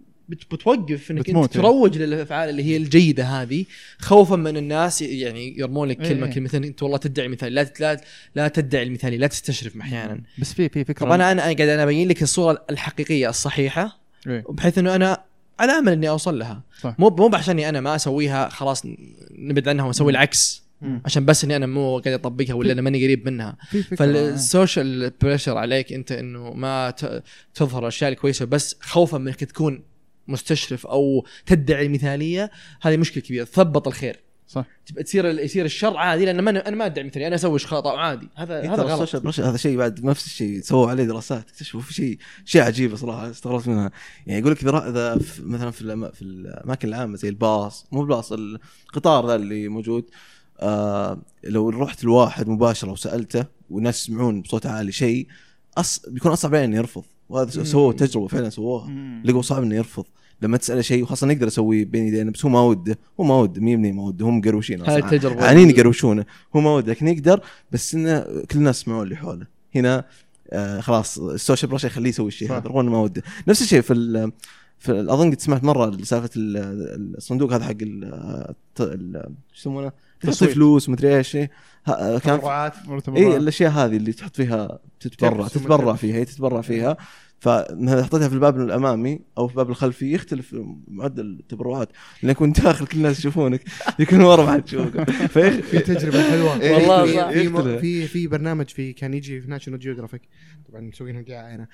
بتوقف انك انت تروج للافعال اللي هي الجيده هذه، خوفا من الناس يعني يرمون لك كلمه إيه كلمتين انت والله تدعي مثالي. لا لا لا تدعي المثالي، لا تستشرف احيانا. بس في في فكره، طبعا انا انا قاعد انا ابين لك الصوره الحقيقيه الصحيحه إيه؟ بحيث انه انا على امل اني اوصل لها. صح. مو مو عشاني انا ما اسويها خلاص نبعد عنها ونسوي العكس مم. عشان بس اني انا مو قاعد اطبقها ولا انا ماني قريب منها. فالسوشيال بريشر عليك انت انه ما تظهر الاشياء الكويسه بس خوفا منك تكون مستشرف او تدعي المثاليه، هذه مشكله كبيره، تثبط الخير. صح تبقى تصير يصير الشر عادي لان ما انا ما ادعي مثلي انا اسوي خطا عادي هذا هذا غلط. السوشيال بريشر هذا شيء بعد نفس الشيء سووا عليه دراسات اكتشفوا في شيء شيء عجيب صراحه استغربت منها. يعني يقول لك اذا اذا مثلا في الأما في الاماكن العامه زي الباص مو باص القطار ذا اللي موجود آه لو رحت لواحد مباشره وسالته والناس يسمعون بصوت عالي شيء أص... بيكون اصعب عليه انه يرفض. وهذا سووا تجربه فعلا سووها لقوا صعب انه يرفض لما تسأله شيء وخاصة نقدر نسويه بين يدينا بس هو ما وده هو ما وده ميمني ما وده هم مقروشين هاي التجربة عنين يقروشونه هو ما وده لكن يقدر بس إنه كل الناس يسمعون اللي حوله هنا آه خلاص السوشيال بريشر يخليه يسوي الشيء هذا رغم ما وده. نفس الشيء في ال في أظن قد سمعت مرة سالفة الصندوق هذا حق ال شو يسمونه تصفي فلوس ومدري إيش كان إيه الأشياء هذه اللي تحط فيها تتبرع تتبرع فيها هي تتبرع فيها فحطيتها في الباب الامامي او في الباب الخلفي يختلف معدل التبرعات لان كنت داخل كل الناس يشوفونك يكون ورا ما حد يشوفك. في تجربه حلوه والله في في في برنامج في كان يجي في ناشونال جيوغرافيك طبعا مسوينهم قاعه هنا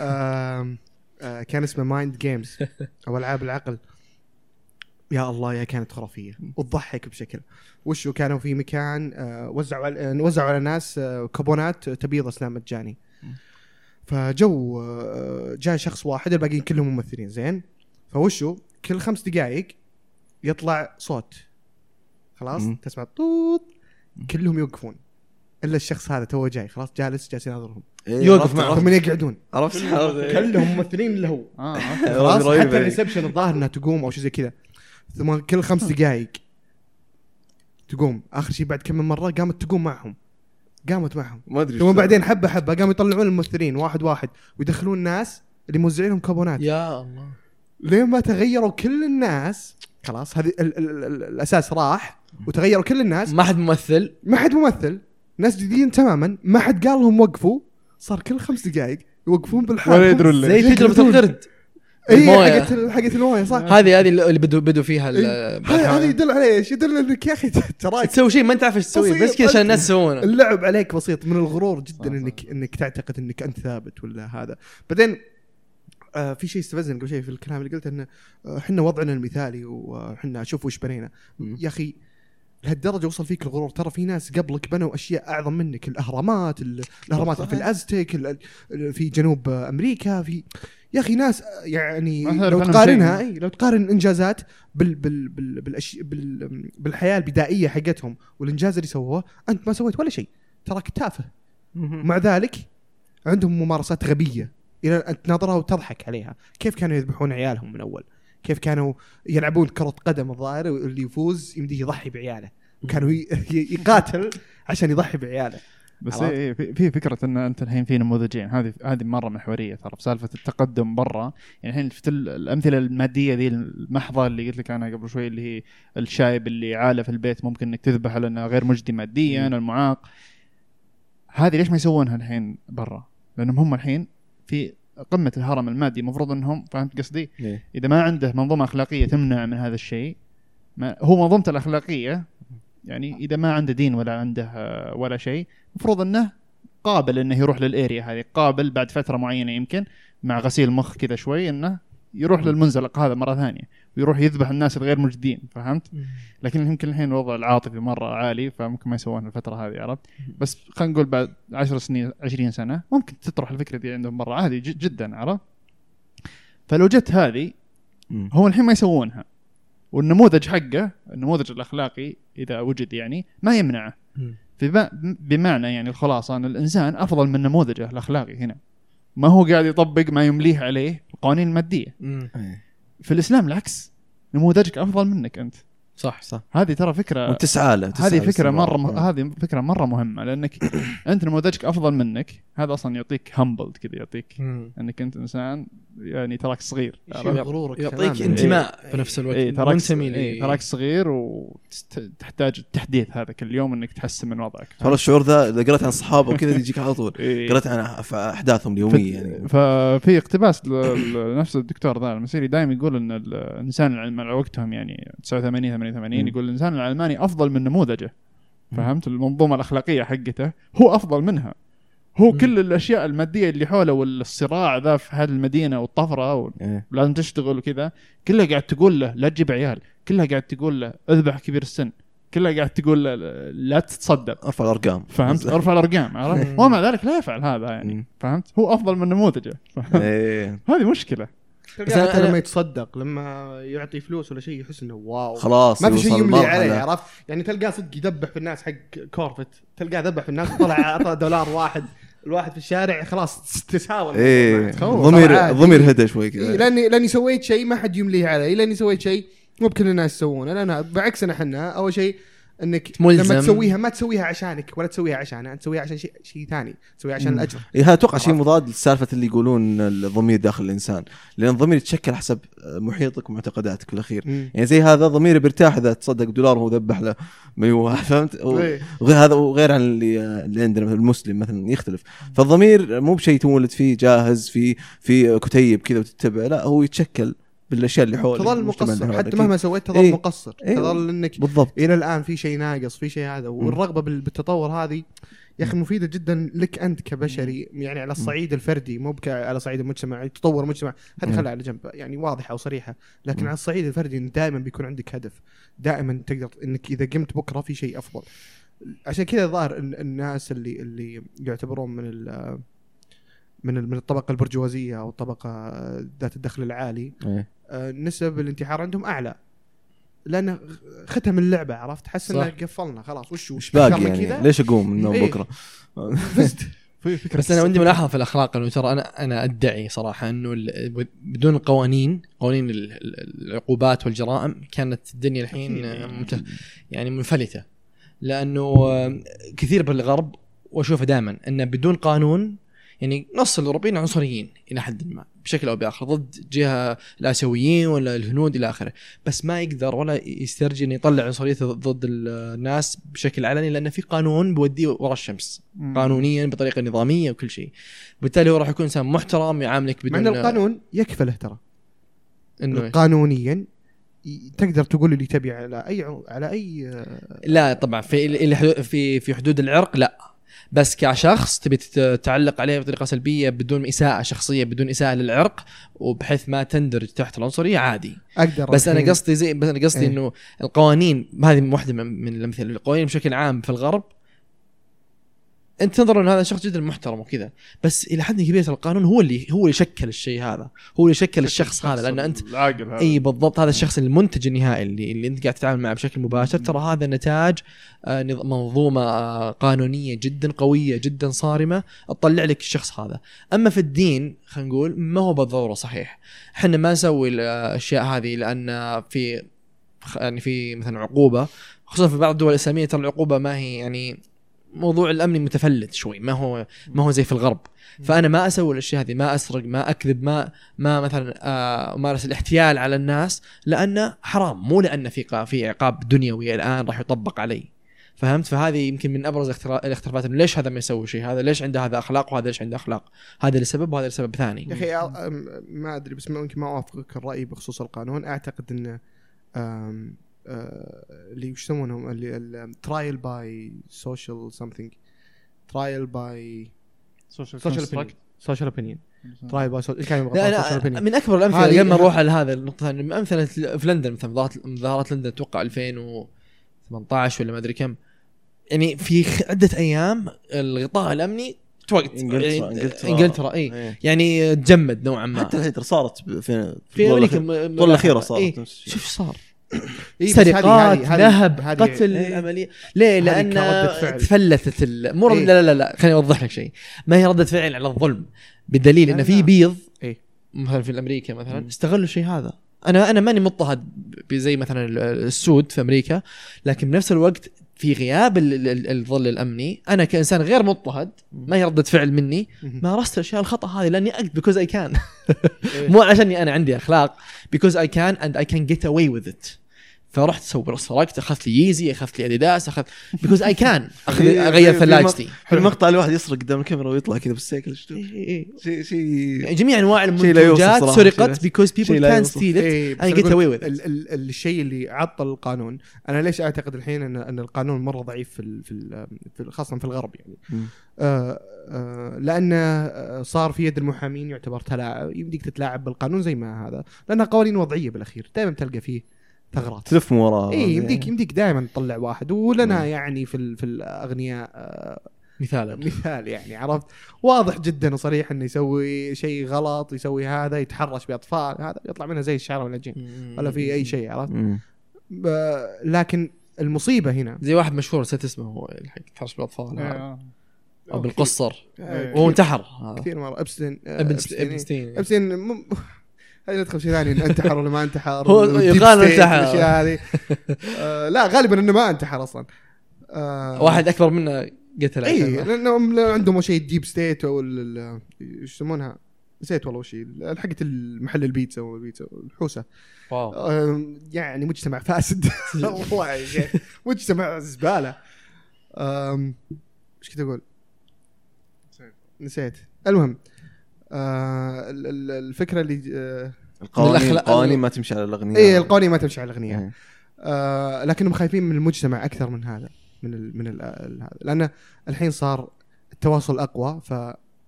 كان اسمه مايند جيمز او العاب العقل. يا الله يا كانت خرافيه وتضحك بشكل. وشو كانوا في مكان وزعوا وزعوا على الناس كوبونات تبييض اسنان مجاني فجو جاء شخص واحد الباقيين كلهم ممثلين زين فوشو كل خمس دقائق يطلع صوت خلاص م- تسمع طوط كلهم يوقفون الا الشخص هذا تو جاي خلاص جالس جالس يناظرهم إيه يوقف معهم من يقعدون عرفت كلهم ممثلين اللي هو اه خلاص حتى الريسبشن الظاهر انها تقوم او شيء زي كذا ثم كل خمس دقائق تقوم اخر شيء بعد كم من مره قامت تقوم معهم قامت معهم ثم بعدين حبه حبه قاموا يطلعون الممثلين واحد واحد ويدخلون الناس اللي موزعينهم كوبونات يا الله لين ما تغيروا كل الناس خلاص هذه ال- ال- ال- الاساس راح وتغيروا كل الناس ما حد ممثل ما حد ممثل ناس جديدين تماما ما حد قال لهم وقفوا صار كل خمس دقائق يوقفون بالحال زي تجربة القرد اي حقت حقت المويه صح هذه هذه اللي بدوا بدوا فيها هذه يدل عليه ايش يدل انك يا اخي تراك تسوي شيء ما انت عارف ايش تسوي بس كذا عشان الناس يسوونه اللعب عليك بسيط من الغرور جدا انك انك تعتقد انك انت ثابت ولا هذا. بعدين آه في شيء استفزني قبل شيء في الكلام اللي قلت انه احنا وضعنا المثالي وحنا شوفوا ايش بنينا يا اخي لهالدرجه وصل فيك الغرور. ترى في ناس قبلك بنوا اشياء اعظم منك الاهرامات الاهرامات في الازتك في جنوب امريكا في يا اخي ناس يعني لو تقارنها اي لو تقارن انجازات بال بال بال بالأشي بال بالحياه البدائيه حقتهم والانجاز اللي سووه انت ما سويت ولا شيء تراك تافه. مع ذلك عندهم ممارسات غبيه الى ان تناظرها وتضحك عليها. كيف كانوا يذبحون عيالهم من اول كيف كانوا يلعبون كرة قدم الظاهر اللي يفوز يمديه يضحي بعياله وكانوا يقاتل عشان يضحي بعياله. بس إيه في فكرة أن أنت الحين في نموذجين هذه هذه مرة محورية ترى في سالفة التقدم برا. يعني الحين في الأمثلة المادية ذي المحضة اللي قلت لك أنا قبل شوي اللي هي الشايب اللي عالة في البيت ممكن إنك تذبحه لأنه غير مجدي ماديا المعاق هذه ليش ما يسوونها الحين برا؟ لأنهم هم الحين في قمة الهرم المادي مفروض أنهم فهمت قصدي إذا ما عنده منظومة أخلاقية تمنع من هذا الشيء ما هو منظومته الأخلاقية يعني إذا ما عنده دين ولا عنده ولا شيء مفروض أنه قابل أنه يروح للإيريا هذه قابل بعد فترة معينة يمكن مع غسيل مخ كذا شوي أنه يروح للمنزلق هذا مرة ثانية ويروح يذبح الناس الغير مجدين فهمت. لكن يمكن الحين الوضع العاطفي مرة عالي فممكن ما يسوون الفترة هذه عرفت. بس خلينا نقول بعد عشر سنين عشرين سنة ممكن تطرح الفكرة دي عندهم مرة عادي جدا عرفت. فلو جت هذه هو الحين ما يسوونها والنموذج حقه النموذج الأخلاقي إذا وجد يعني ما يمنعه. بمعنى يعني الخلاصة أن الإنسان أفضل من نموذجه الأخلاقي هنا ما هو قاعد يطبق ما يمليه عليه القوانين المادية. في الإسلام العكس نموذجك أفضل منك أنت صح صح هذه ترى فكرة وتسعى له هذه فكرة مرة م... هذه فكرة مرة مهمة لأنك أنت نموذجك أفضل منك هذا أصلا يعطيك humbled كذا يعطيك مم. أنك أنت إنسان يعني تراك صغير يعطيك انتماء في نفس الوقت إيه تراك إيه تراك صغير وتحتاج التحديث هذا كل يوم إنك تحسن من وضعك. هذا الشعور ذا إذا قرأت عن الصحابة وكذا يجيك على طول إيه. قرأت عن أحداثهم اليومية يعني. ففي اقتباس لنفس الدكتور ذا المسيري دائما يقول إن الإنسان مع وقتهم يعني تسعة وثمانين ثمانية وثمانين يقول الإنسان العلماني أفضل من نموذجه فهمت المنظومة الأخلاقية حقته هو أفضل منها. هو كل الأشياء المادية اللي حوله والصراع ذا في هذه المدينة والطفرة ولازم إيه. تشتغل وكذا كلها قاعد تقول له لا تجيب عيال كلها قاعد تقول له اذبح كبير السن كلها قاعد تقول لا تتصدق ارفع الارقام فهمت ارفع الارقام عرفت ومع ذلك لا يفعل هذا يعني فهمت هو افضل من نموذجه ايه هذه مشكله بس أنا لما يتصدق لما يعطي فلوس ولا شيء يحس انه واو خلاص ما في شيء يملي عليه عرفت يعني تلقاه صدق يدبح في الناس حق كورفت تلقاه ذبح في الناس طلع عطى دولار واحد الواحد في الشارع خلاص تساوي ايه ضمير ضمير هدى شوي كذا إيه لاني لاني سويت شيء ما حد يمليه علي لاني سويت شيء مو بكل الناس يسوونه لأن بعكسنا احنا اول شيء انك ملزم. لما تسويها ما تسويها عشانك ولا تسويها عشانها انت تسويها عشان شيء شيء ثاني تسويها عشان الاجر. إيه هذا اتوقع شيء مضاد لسالفه اللي يقولون الضمير داخل الانسان لان الضمير يتشكل حسب محيطك ومعتقداتك بالاخير يعني زي هذا ضمير بيرتاح اذا تصدق دولار وهو ذبح له ميوه فهمت وغير هذا وغير عن اللي, اللي عندنا المسلم مثلا يختلف. فالضمير مو بشيء تولد فيه جاهز في في كتيب كذا وتتبع لا هو يتشكل بالاشياء اللي حولك تظل مقصر حتى مهما سويت تظل إيه؟ مقصر إيه؟ تظل انك بالضبط الى الان في شيء ناقص في شيء هذا والرغبه بالتطور هذه يا اخي مفيده جدا لك انت كبشري يعني على الصعيد الفردي مو على صعيد المجتمع تطور المجتمع هذه خلها على جنب يعني واضحه وصريحه لكن على الصعيد الفردي دائما بيكون عندك هدف دائما تقدر انك اذا قمت بكره في شيء افضل. عشان كذا ظاهر الناس اللي اللي يعتبرون من ال من من الطبقه البرجوازيه او الطبقه ذات الدخل العالي نسب الانتحار عندهم اعلى لأنه ختم اللعبة عرفت حس إنه قفلنا خلاص وش وش باقي يعني ليش أقوم من النوم إيه؟ بكرة بس أنا عندي ملاحظة في الأخلاق إنه ترى أنا أنا أدعي صراحة إنه بدون القوانين قوانين العقوبات والجرائم كانت الدنيا الحين يعني منفلتة لأنه كثير بالغرب وأشوفه دائما إنه بدون قانون يعني نص الأوروبيين عنصريين إلى حد ما بشكل أو بآخر ضد جهة الآسيويين ولا الهنود إلى آخره بس ما يقدر ولا يسترجي إنه يطلع عنصريته ضد الناس بشكل علني لأن في قانون بوديه ورا الشمس مم. قانونيا بطريقة نظامية وكل شيء بالتالي هو راح يكون إنسان محترم يعاملك بدون مع أن القانون يكفله ترى إنه قانونيا تقدر تقول اللي تبي على أي على أي لا طبعا في في في حدود العرق لا بس كشخص تبي تتعلق عليه بطريقة سلبية بدون إساءة شخصية بدون إساءة للعرق وبحيث ما تندرج تحت العنصرية عادي أقدر بس أنا قصدي زي بس أنا قصدي إيه؟ إنه القوانين هذه واحدة من الأمثلة القوانين بشكل عام في الغرب أنت تنظر إن هذا شخص جدا محترم وكذا بس إلى حد كبير القانون هو اللي هو اللي شكل الشيء هذا هو اللي شكل الشخص هذا لأن أنت أي بالضبط هذا الشخص المنتج النهائي اللي اللي أنت قاعد تتعامل معه بشكل مباشر ترى هذا نتاج منظومة قانونية جدا قوية جدا صارمة تطلع لك الشخص هذا. أما في الدين خلينا نقول ما هو بالضرورة صحيح إحنا ما نسوي الأشياء هذه لأن في يعني في مثلا عقوبة خصوصا في بعض الدول الإسلامية ترى العقوبة ما هي يعني موضوع الأمن متفلت شوي ما هو ما هو زي في الغرب فأنا ما أسوي الأشياء هذه ما أسرق ما أكذب ما ما مثلا أمارس الاحتيال على الناس لأنه حرام مو لأن في في عقاب دنيوي الآن راح يطبق علي فهمت. فهذه يمكن من أبرز الاختلافات إنه ليش هذا ما يسوي شيء هذا ليش عنده هذا أخلاق وهذا ليش عنده أخلاق هذا لسبب وهذا لسبب ثاني. يا أخي ما أدري بس ممكن ما أوافقك الرأي بخصوص القانون أعتقد إنه اللي وش يسمونهم اللي trial by social something trial by social social social opinion trial by social كان social opinion من أكبر الأمثلة لما نروح على هذا النقطة أمثلة في لندن مثلا مظاهرات مظاهرات لندن توقع ألفين وثمانية عشر ولا ما أدري كم يعني في عدة أيام الغطاء الأمني توقت إنجلترا إنجلترا إيه. إيه يعني تجمد نوعا ما حتى الهجرة صارت في في أمريكا الطول الأخيرة صارت إيه. شوف صار سرقات ذهب قتل ايه عملية ليه لأن تفلتت الأمور ايه لا لا لا خليني أوضح لك شيء ما هي ردة فعل على الظلم بالدليل إن في بيض ايه مثلا في أمريكا مثلا استغلوا الشيء هذا أنا أنا ماني مضطهد بزي مثلا السود في أمريكا لكن بنفس الوقت في غياب الظل الأمني أنا كإنسان غير مضطهد ما هي ردة فعل مني مارست الأشياء الخطأ هذه لأني أكد because I can مو عشاني أنا عندي أخلاق because I can and I can get away with it فرحت سوي سرقت اخذت لي ييزي اخذت لي اديداس اخذت because I can اخذ اغير ثلاجتي في المقطع الواحد يسرق قدام الكاميرا ويطلع كذا بالسيكل شيء شيء جميع انواع المنتجات سرقت because people can steal it and get away with it. الشيء اللي عطل القانون انا ليش اعتقد الحين ان ان القانون مره ضعيف في في خاصه في الغرب يعني آه آه لأن صار في يد المحامين يعتبر تلاعب يمديك تتلاعب بالقانون زي ما هذا لأنها قوانين وضعية بالأخير دائما تلقى فيه ثغرات تلف وراه. اي يمديك يمديك دائما تطلع واحد. ولنا يعني في ال... في الاغنياء آه مثال مثال يعني عرفت واضح جدا وصريح انه يسوي شيء غلط، يسوي هذا يتحرش باطفال، هذا يطلع منه زي الشعر والعجين ولا في اي شيء عرفت. لكن المصيبه هنا زي واحد مشهور نسيت اسمه هو الحق يتحرش بالاطفال او بالقصر آه وهو انتحر كثير مره. ابستين ابستين ابستين م... هذه ندخل شيء ثاني، انتحر ولا ما انتحر هو يقال انتحر هذه آه لا غالبا انه ما انتحر اصلا. آه واحد اكبر منه قتل. اي لانهم عندهم شيء ديب ستيت او ايش يسمونها نسيت والله وش هي حقه المحل البيتزا والبيتزا والحوسه. واو آه يعني مجتمع فاسد والله يا شيخ مجتمع زباله. ايش كنت اقول نسيت. المهم آه الفكره اللي آه القوانين القوانين ما تمشي على الاغنياء. ايه القوانين ما تمشي على الاغنياء. آه لكنهم خايفين من المجتمع اكثر من هذا من ال من ال هذا لان الحين صار التواصل اقوى. ف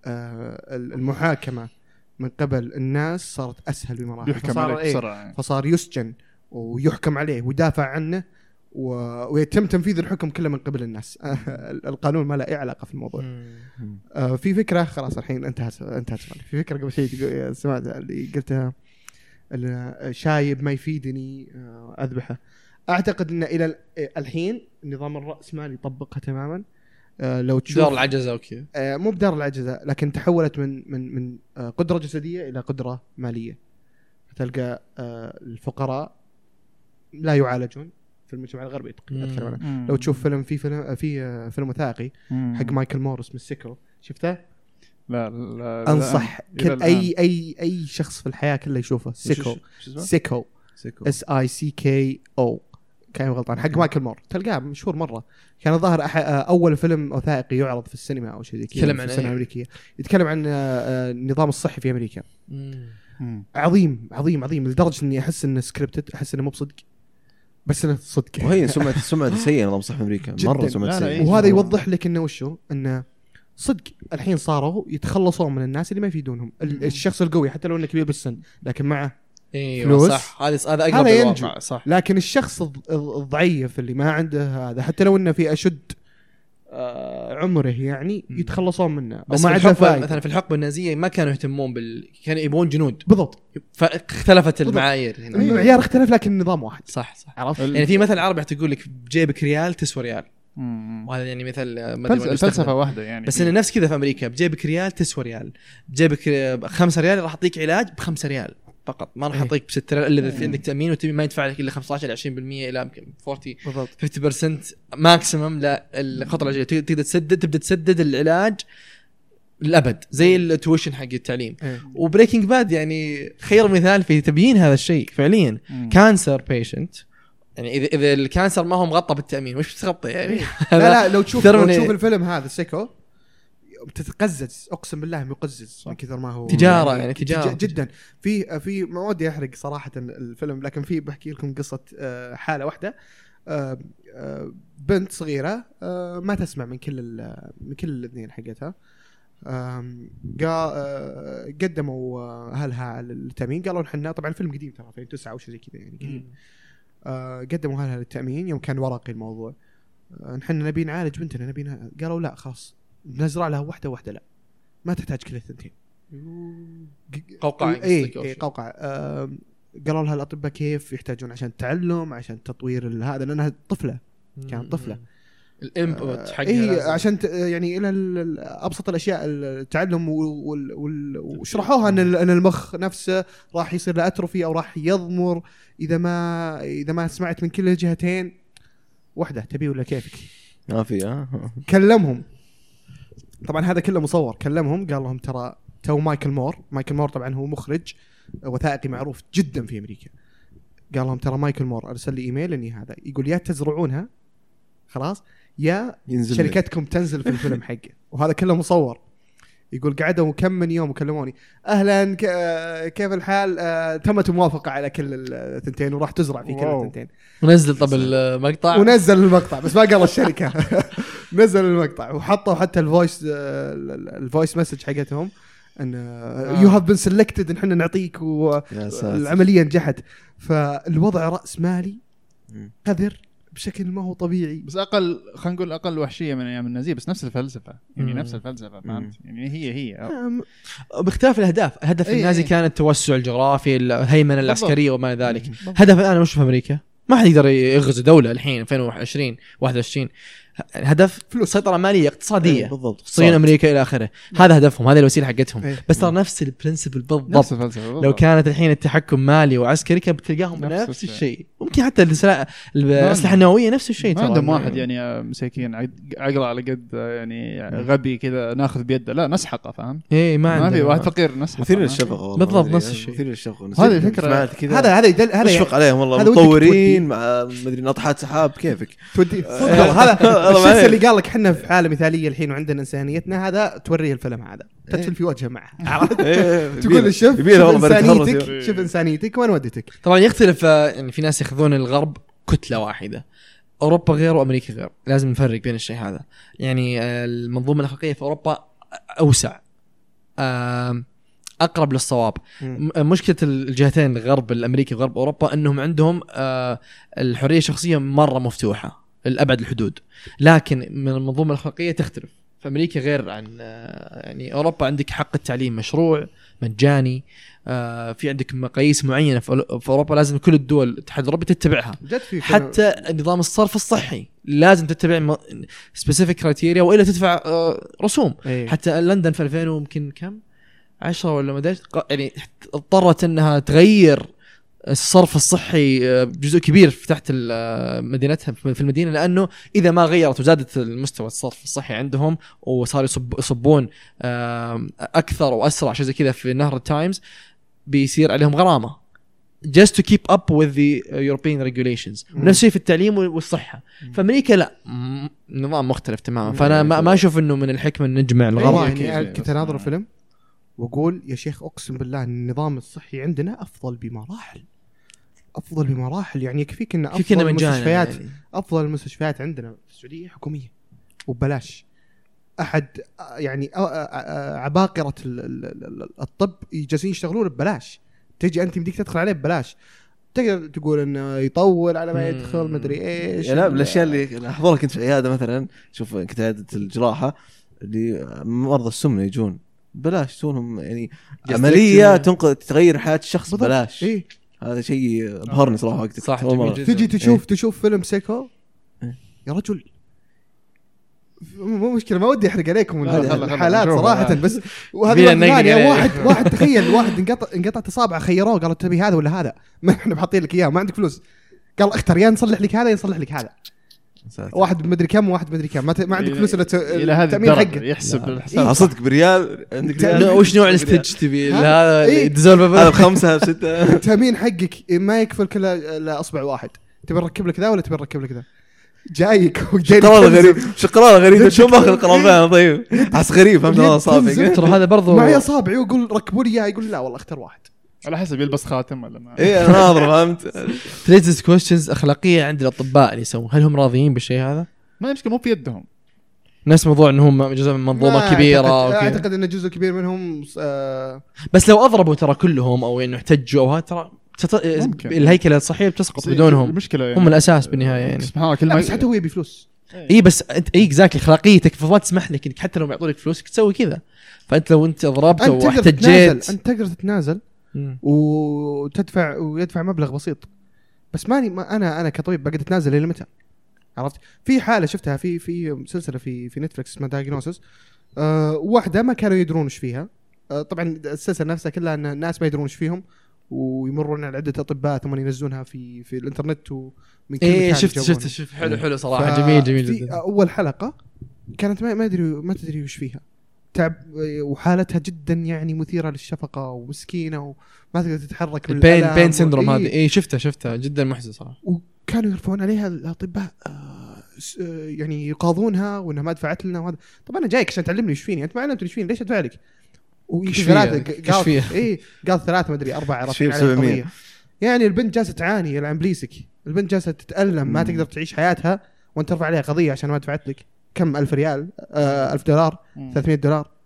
المحاكمه من قبل الناس صارت اسهل بمراحل. يحكم عليه إيه بسرعه فصار يسجن ويحكم عليه ويدافع عنه و... ويتم تنفيذ الحكم كله من قبل الناس. القانون ما له اي علاقه في الموضوع. آه في فكره خلاص الحين انتهت انتهت في فكره قبل شيء سمعت اللي قلتها شايب ما يفيدني اذبحه. اعتقد ان الى الحين النظام الرأسمالي طبقها تماما. آه لو تشوف دار العجزه وكذا آه مو بدار العجزه لكن تحولت من من من آه قدره جسديه الى قدره ماليه. تلقى آه الفقراء لا يعالجون في المجتمع الغربي أتكلم عنه. لو تشوف فيلم في فيلم في فيلم وثائقي حق مايكل مور اسمه سيكو شفته؟ لا, لا انصح كل اي اي اي شخص في الحياه كله يشوفه. سيكو سيكو اس اي سي كي او كان غلطان حق مايكل مور تلقاه مشهور مره. كان ظاهر اول فيلم وثائقي يعرض في السينما او شيء زي كذا يتكلم في عن السينما الامريكيه. يتكلم عن النظام الصحي في امريكا. مم. عظيم عظيم عظيم لدرجه اني احس انه سكريبتد احس انه مو بصدق بس انه صدق. وهي سمعه سمعه سيئه نظام صحي في امريكا مره سمعه سيئه. وهذا يوضح لك انه وشو انه صدق الحين صاروا يتخلصون من الناس اللي ما يفيدونهم. الشخص القوي حتى لو انه كبير بالسن لكن معه ايوه صح هذا هذا اقرب للواقع صح. لكن الشخص الضعيف اللي ما عنده هذا حتى لو انه في اشد عمره يعني يتخلصون منه. بس في الحقبة مثلا في الحقبه النازيه ما كانوا يهتمون بال كانوا يبون جنود بالضبط. فاختلفت المعايير هنا. المعيار اختلف لكن النظام واحد. صح صح عرفت يعني في مثل عربي تقول لك بجيبك ريال تسوى ريال. وهذا يعني مثل الفلسفه واحده يعني. بس انه نفس كذا في امريكا بجيبك ريال تسوى ريال بجيبك خمسة ريال راح اعطيك علاج بخمسة ريال فقط ما راح اعطيك بستة ريال الا اذا في عندك تامين وتبي ما يدفع لك الا خمسة عشر إلى عشرين بالمية الى يمكن أربعين خمسين بالمية ماكسيمم للخطر العلاجيه تقدر تسدد تبدا تسدد العلاج للابد زي التويشن حق التعليم. وبريكنج باد يعني خير مثال في تبيين هذا الشيء فعليا. كانسر بيشنت يعني اذا اذا الكانسر ما هو مغطى بالتامين وش بتغطي يعني. لا لا لو تشوف لو تشوف الفيلم هذا سيكو بتتقزز اقسم بالله مقزز من كثر ما هو تجاره يعني, يعني تجاره جدا. في في ما ودي احرق صراحه الفيلم لكن في بحكي لكم قصه حاله واحده. بنت صغيره ما تسمع من كل من كل الاثنين حقتها. قدموا اهلها التامين قالوا احنا طبعا الفيلم قديم ترى ألفين وتسعة او شيء زي كذا يعني قديم. قدموا اهلها للتامين يوم كان ورقي الموضوع. نحن نبي نعالج بنتنا نبي قالوا لا خلاص نزرع لها واحدة واحدة لا ما تحتاج كل الثنتين. قوقعة اي اي قوقعة. آه قالوا لها الأطباء كيف يحتاجون عشان التعلم عشان تطوير هذا لأنها طفلة كانت طفلة الانبوت حقها اي عشان يعني الى ابسط الاشياء التعلم وشرحوها ان ان المخ نفسه راح يصير له اتروفي او راح يضمر اذا ما اذا ما سمعت من كل الجهتين. واحدة تبي ولا كيفك ما في اه كلمهم طبعا هذا كله مصور. كلمهم قال لهم ترى تو مايكل مور مايكل مور طبعا هو مخرج وثائقي معروف جدا في امريكا. قال لهم ترى مايكل مور ارسل لي ايميل اني هذا يقول يا تزرعونها خلاص يا شركتكم تنزل في الفيلم حقه. وهذا كله مصور. يقول قعدوا كم من يوم وكلموني اهلا كيف الحال آه، تمت موافقه على كل الثنتين وراح تزرع في كل الثنتين. ونزل طب المقطع ونزل المقطع بس ما قال الشركه نزل المقطع وحطوا حتى الفويس الفويس مسج حقتهم ان يو هاف بين سيلكتد نحن نعطيك والعمليه نجحت. فالوضع راس مالي قذر بشكل ما هو طبيعي، بس اقل خلينا نقول اقل وحشيه من ايام النازيه، بس نفس الفلسفه يعني مم. نفس الفلسفه فهمت يعني هي هي باختلاف الاهداف. هدف إيه النازي إيه. كان التوسع الجغرافي، الهيمنه العسكريه وما ذلك. بالضبط. هدف الان وش في امريكا؟ ما حد يقدر يغزو دوله الحين ألفين وعشرين واحد وعشرين. هدف فلوس، سيطره ماليه اقتصاديه، بالضبط، صين امريكا الى اخره. هذا هدفهم، هذه الوسيله حقتهم. إيه. بس ترى نفس البرنسبل بالضبط. نفس الفلسفه بالضبط. لو كانت الحين التحكم مالي وعسكري كانت بتلقاهم نفس نفس, الشيء. الشيء. ممكن حتى السلاح الاسلحه النوويه نفس الشيء. ما عندهم واحد يعني مساكين عقله على قد يعني غبي كذا ناخذ بيده، لا نسحقه فاهم. ايه ما ما في عندنا واحد فقير نسحقه. مثير للشفقه بالضبط نفس الشيء. مثير للشفقه. هذه الفكره هذا هذا يدل هذا اشفق عليهم والله، مطورين مع مدري ناطحات سحاب كيفك تودي هذا الشخص اللي قال لك احنا في حاله مثاليه الحين وعندنا انسانيتنا، هذا توريه الفيلم هذا تدفل في وجهه معه تقول شوف انسانيتك، شوف انسانيتك وين وديتك. طبعا يختلف يعني، في ناس ياخذون الغرب كتله واحده، اوروبا غير وامريكا غير، لازم نفرق بين الشيء هذا. يعني المنظومه الاخلاقيه في اوروبا اوسع، اقرب للصواب. مشكله الجهتين الغرب الامريكي وغرب اوروبا انهم عندهم الحريه الشخصيه مره مفتوحه لأبعد الحدود، لكن من المنظومه الاخلاقيه تختلف. في امريكا غير عن يعني اوروبا، عندك حق التعليم مشروع مجاني، في عندك مقاييس معينه في اوروبا لازم كل الدول الاتحاد الاوروبي تتبعها. حتى نظام الصرف الصحي لازم تتبع سبيسيفيك كرايتيريا والا تدفع رسوم. أيه. حتى لندن في ألفين ويمكن كم عشرة ولا ما يعني اضطرت انها تغير الصرف الصحي بجزء كبير في تحت مدينتها في المدينة، لأنه إذا ما غيرت وزادت المستوى الصرف الصحي عندهم وصار يصب يصبون أكثر وأسرع شيء زي كذا في نهر التايمز، بيصير عليهم غرامة just to keep up with the European regulations. نفس الشيء في التعليم والصحة. في أمريكا لا، نظام مختلف تماما. فأنا ما ما أشوف إنه من الحكمة أن نجمع الغرب. يعني كنت أناظر فيلم وأقول يا شيخ أقسم بالله النظام الصحي عندنا أفضل بمراحل، أفضل بمراحل. يعني يكفيك إن أفضل المستشفيات يعني. أفضل المستشفيات عندنا في السعودية حكومية وببلاش. أحد يعني عباقرة الطب جالسين يشتغلون ببلاش، تجي أنت بدك تدخل عليه ببلاش، تقدر تقول إنه يطول على ما يدخل مدري إيش. لا بالأشياء اللي أحضرها كنت في عيادة مثلا، شوف كنت عيادة الجراحة اللي مرضى السمنة يجون بلاش، تونهم يعني عملية تنقذ تغير حياة الشخص ببلاش. إيه هذا شيء ابهرني صراحه وقت صح. تجي تشوف إيه؟ تشوف فيلم سيكو إيه؟ يا رجل مو مشكله، ما ودي احرق عليكم الحالات صراحه، بس وهذا يعني واحد واحد تخيل واحد انقطع انقطعت اصابعه، خيروه قالوا تبي هذا ولا هذا، ما احنا بحاطين لك اياه، ما عندك فلوس، قال اختر يا نصلح لك هذا يصلح لك هذا. واحد مدري كم وواحد مدري كم، ما, ما عندك فلوس الا التامين حقه يحسب الحساب صدق بريال عندك ريال. وش نوع الاستج تبي هذا ديزولف هذا بخمسة بستة. التامين حقك ما يكفل كله اصبع واحد، تبي نركب لك ذا ولا تبي نركب لك ذا؟ جايك شقراله غريب شقراله غريب شو ماخذ القرابان طيب حس غريب فهمت هذا صافي ترى هذا برضو معي اصابعي ويقول ركبوا لي اياه، يقول لا والله اختار واحد على حسب يلبس خاتم ولا ما. ايه انا ناظر فهمت. تريتس كويستشنز اخلاقيه عند الاطباء اللي يسوون، هل هم راضيين بالشيء هذا؟ ما مشكله مو في يدهم، نفس موضوع انهم جزء من منظومه كبيره. أعتقد, اعتقد ان جزء كبير منهم آه بس لو اضربوا ترى كلهم او انه احتجوا او هذا ترى تط... الهيكله الصحيه بتسقط بدونهم. المشكله يعني هم الاساس بالنهايه يعني. سبحان الله كل ما بس حتى هو يبي فلوس. اي بس انت اي اكزاكتلي اخلاقيتك فما تسمح لك انك حتى لو يعطونك فلوسك تسوي كذا. فانت لو انت ضربت واحتجيت انت تقدر تتنازل وتدفع ويدفع مبلغ بسيط، بس ماني ما انا انا كطبيب بقدر اتنازل الى متى؟ عرفت؟ في حاله شفتها في في سلسله في في نتفلكس اسمها دايجنوسس، أه واحده ما كانوا يدرون ايش فيها. أه طبعا السلسله نفسها كلها ان الناس ما يدرون ايش فيهم ويمرون على عده اطباء ثم ينزلونها في في الانترنت ومن كل إيه مكان. شفت شفت شفت حلو حلو صراحه جميل جميل جدا. اول حلقه كانت ما ما ادري ما تدري وش فيها، تعب وحالتها جدا يعني مثيره للشفقه ومسكينه وما تقدر تتحرك من البين بين سيندروم هذه. اي شفتها شفتها جدا محزن صراحه. وكانوا يرفعون عليها الاطباء يعني يقاضونها وانها ما دفعت لنا وهذا. طب انا جايك عشان تعلمني ايش فيني، انت ما علمتني ايش فيني، ليش ادفع لك؟ وثلاثه قال ايه قال ثلاثه ما ادري اربعه رفعوا على القضيه. يعني البنت جالسه تعاني يلعن بليسك، البنت جالسه تتألم ما تقدر تعيش حياتها وانت ترفع عليها قضيه عشان ما دفعت لك كم ألف ريال آه ألف دولار ثلاثمية دولار.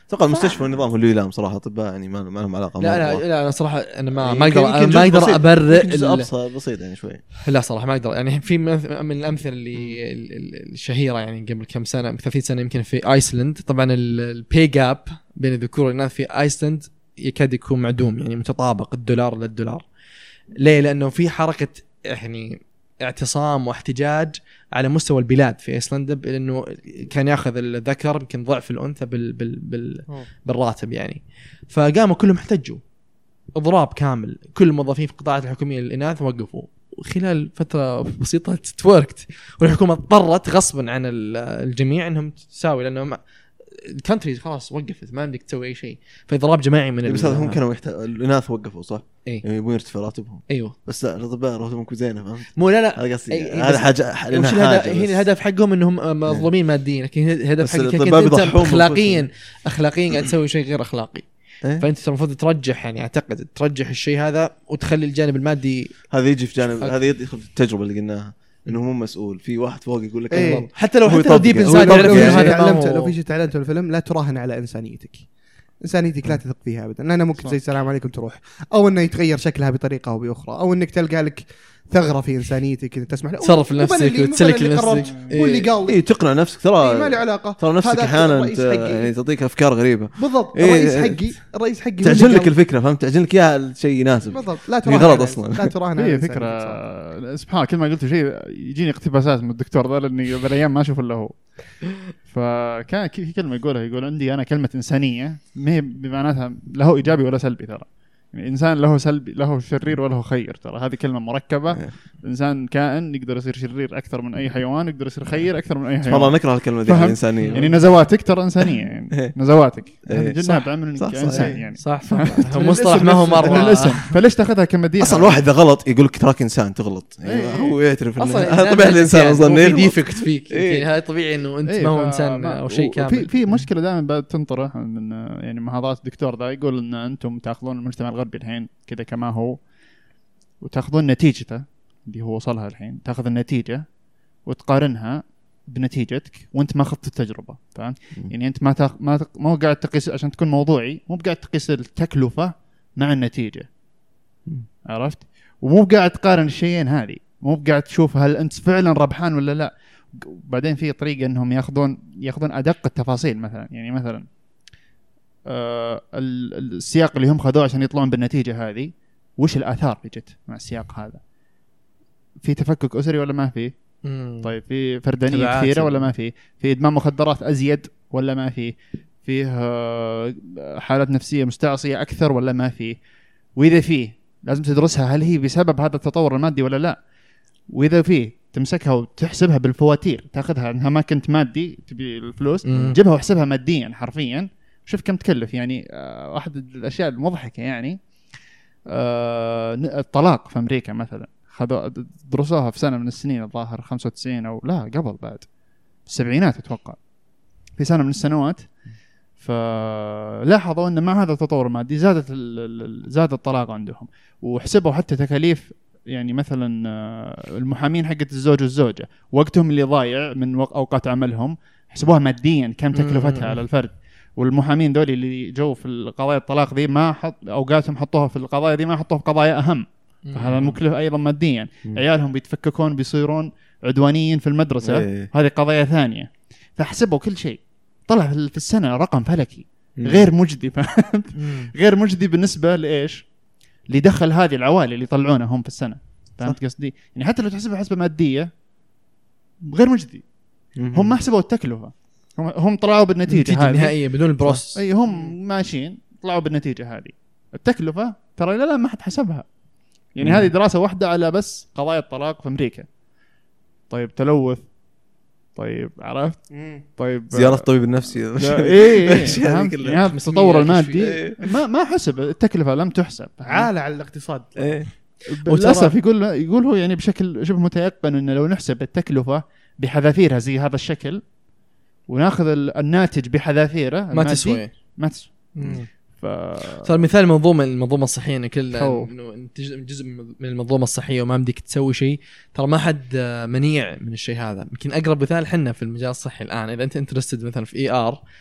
اتوقع المستشفى والنظام هو اللي يلام صراحه. اطباء يعني ما ما لهم علاقه. لا لا لا انا صراحه انا ما يعني ما اقدر يمكن ما اقدر بسيط. ابرر جزء ابسط بسيط يعني شوي. لا صراحه ما اقدر يعني. في من الامثله اللي الشهيره يعني قبل كم سنه ثلاثين سنه يمكن في ايسلند. طبعا البي جاب بين الذكور والاناث في ايسلند يكاد يكون معدوم يعني متطابق الدولار للدولار. ليه؟ لانه في حركه يعني اعتصام واحتجاج على مستوى البلاد في ايسلندا لانه كان ياخذ الذكر يمكن ضعف الانثى بال بال بال بالراتب يعني. فقاموا كلهم احتجوا اضراب كامل. كل الموظفين في القطاعات الحكوميه للاناث وقفوا خلال فتره بسيطه توركت. والحكومه اضطرت غصبا عن الجميع انهم تساوي لانه الكونتري خلاص وقفت ما عندك تسوي اي شيء. فاضراب جماعي من بس هم كانوا يحت... الاناث وقفوا صح إيه؟ يعني يبون يرتفع راتبهم. ايوه بس لا الاطباء راتبهم زينه فهمت مو لا لا هذا قصدي. أي... هذا حاجه هنا الهدف حقهم انهم مظلومين ماديا لكن الهدف حقك انت اخلاقيا اخلاقيا قاعد تسوي شيء غير اخلاقي. إيه؟ فانت المفروض ترجح يعني اعتقد ترجح الشيء هذا وتخلي الجانب المادي. هذا يجي في جانب هذا يدخل في التجربه اللي قلناها انه مو مسؤول. في واحد فوق يقول لك إيه؟ حتى لو حتى لو ديب انسان لو هذا تعلمت لو في شيء تعلمته الفيلم لا تراهن على انسانيتك. انسانيتك لا تثق فيها ابدا لانها ممكن زي السلام عليكم تروح او انه يتغير شكلها بطريقه او باخرى او انك تلقى لك ثغره في انسانيتك انك تسمح له تصرف لنفسك وتسلك لنفسك واللي قال اي تقنع نفسك ترى إيه ما له علاقه ترى نفسك احيانا يعني تعطيك افكار غريبه. بالضبط إيه الرئيس حقي الرئيس حقي تعجن لك الفكره فهمت تعجن لك اياها الشيء يناسب. بالضبط لا تراهن غلط اصلا لا تراهن هي فكره سبحان كل ما قلت شيء يجيني اقتباسات من الدكتور ذا لاني بالايام ما اشوف الا هو. فكان في كلمه يقولها يقول عندي انا كلمه انسانيه ما هي بمعناتها له ايجابي ولا سلبي. ترى يعني الانسان له سلبي له شرير وله خير. ترى هذه كلمه مركبه. الانسان كائن يقدر يصير شرير اكثر من اي حيوان يقدر يصير خير اكثر من اي حيوان. والله نكره الكلمه دي الانسانيه يعني نزواتك ترى انسانيه يعني نزواتك جناب عمل انسان يعني صح صح مصطلح ما هو مره الاسم. فليش تاخذها كمديح اصلا الواحد اذا غلط يقول لك تراك انسان تغلط يعني هو يعترف انه هذا طبيعي الانسان اصلا في ديفكت فيك يعني هذا طبيعي انه انت ما هو انسان او شيء كامل. في في مشكله دائما تنطرح من يعني محاضرات الدكتور ذا يقول ان انتم تاخذون المجتمع الغربي الحين كذا كما هو وتاخذون نتيجته اللي هو وصلها الحين تاخذ النتيجه وتقارنها بنتيجتك وانت ما اخذت التجربه. فهمت يعني انت ما تخ... ما تق... ما هو قاعد تقيس عشان تكون موضوعي مو قاعد تقيس التكلفه مع النتيجه. عرفت ومو قاعد تقارن الشيئين هذه مو قاعد تشوف هل انت فعلا ربحان ولا لا. بعدين في طريقه انهم ياخذون ياخذون ادق التفاصيل مثلا يعني مثلا آه السياق اللي هم خذوه عشان يطلعون بالنتيجه هذه وش الآثار اللي جت مع السياق هذا. في تفكك أسري ولا ما فيه؟ طيب في فردانية كثيرة ولا ما فيه؟ في إدمان مخدرات أزيد ولا ما فيه؟ فيه حالات نفسية مستعصية أكثر ولا ما فيه؟ وإذا فيه لازم تدرسها هل هي بسبب هذا التطور المادي ولا لا. وإذا فيه تمسكها وتحسبها بالفواتير تأخذها أنها ما كنت مادي تبي الفلوس جيبها وحسبها ماديا حرفيا شوف كم تكلف. يعني واحد الأشياء المضحكة يعني آه الطلاق في أمريكا مثلا خذوا درسوها في سنة من السنين الظاهر خمسة وتسعين أو لا قبل بعد السبعينات أتوقع في سنة من السنوات. فلاحظوا أن مع هذا التطور المادي زادت زاد الطلاق عندهم وحسبوا حتى تكاليف يعني مثلا المحامين حقت الزوج والزوجة وقتهم اللي ضايع من أوقات عملهم حسبوها ماديا كم تكلفتها على الفرد. والمحامين دول اللي جو في القضايا الطلاق ذي ما حط اوقاتهم حطوها في القضايا ذي ما حطوها في قضايا اهم. فهذا مكلف ايضا ماديا. عيالهم بيتفككون بيصيرون عدوانيين في المدرسه إيه. هذه قضايا ثانيه. فحسبوا كل شيء طلع في السنه رقم فلكي غير مجدي غير مجدي بالنسبه لايش اللي دخل هذه العوائل اللي يطلعونها هم في السنه. فهمت قصدي يعني حتى لو تحسبها حسبه ماديه غير مجدي. هم ما حسبوا التكلفه هم هم طلعوا بالنتيجه هذه النهائيه بدون البروس. اي هم ماشيين طلعوا بالنتيجه هذه. التكلفه ترى لا لا ما حد حسبها يعني. مم. هذه دراسه واحده على بس قضايا الطلاق في امريكا. طيب تلوث طيب عرفت مم. طيب زياره الطبيب النفسي ايه هذا التطور المادي ما ما حسب التكلفه لم تحسب عالة على الاقتصاد ايه. للاسف يقول يقول هو يعني بشكل شبه متيقن انه لو نحسب التكلفه بحذافيرها زي هذا الشكل وناخذ الناتج بحذافيره ما تسوي ما تسوي. ف... صار مثال منظومه المنظومه الصحيه انه كل انه جزء من المنظومه الصحيه وما بدك تسوي شيء ترى ما حد منيع من الشيء هذا. يمكن اقرب مثال حنا في المجال الصحي الان اذا انت انترستد مثلا في اي ار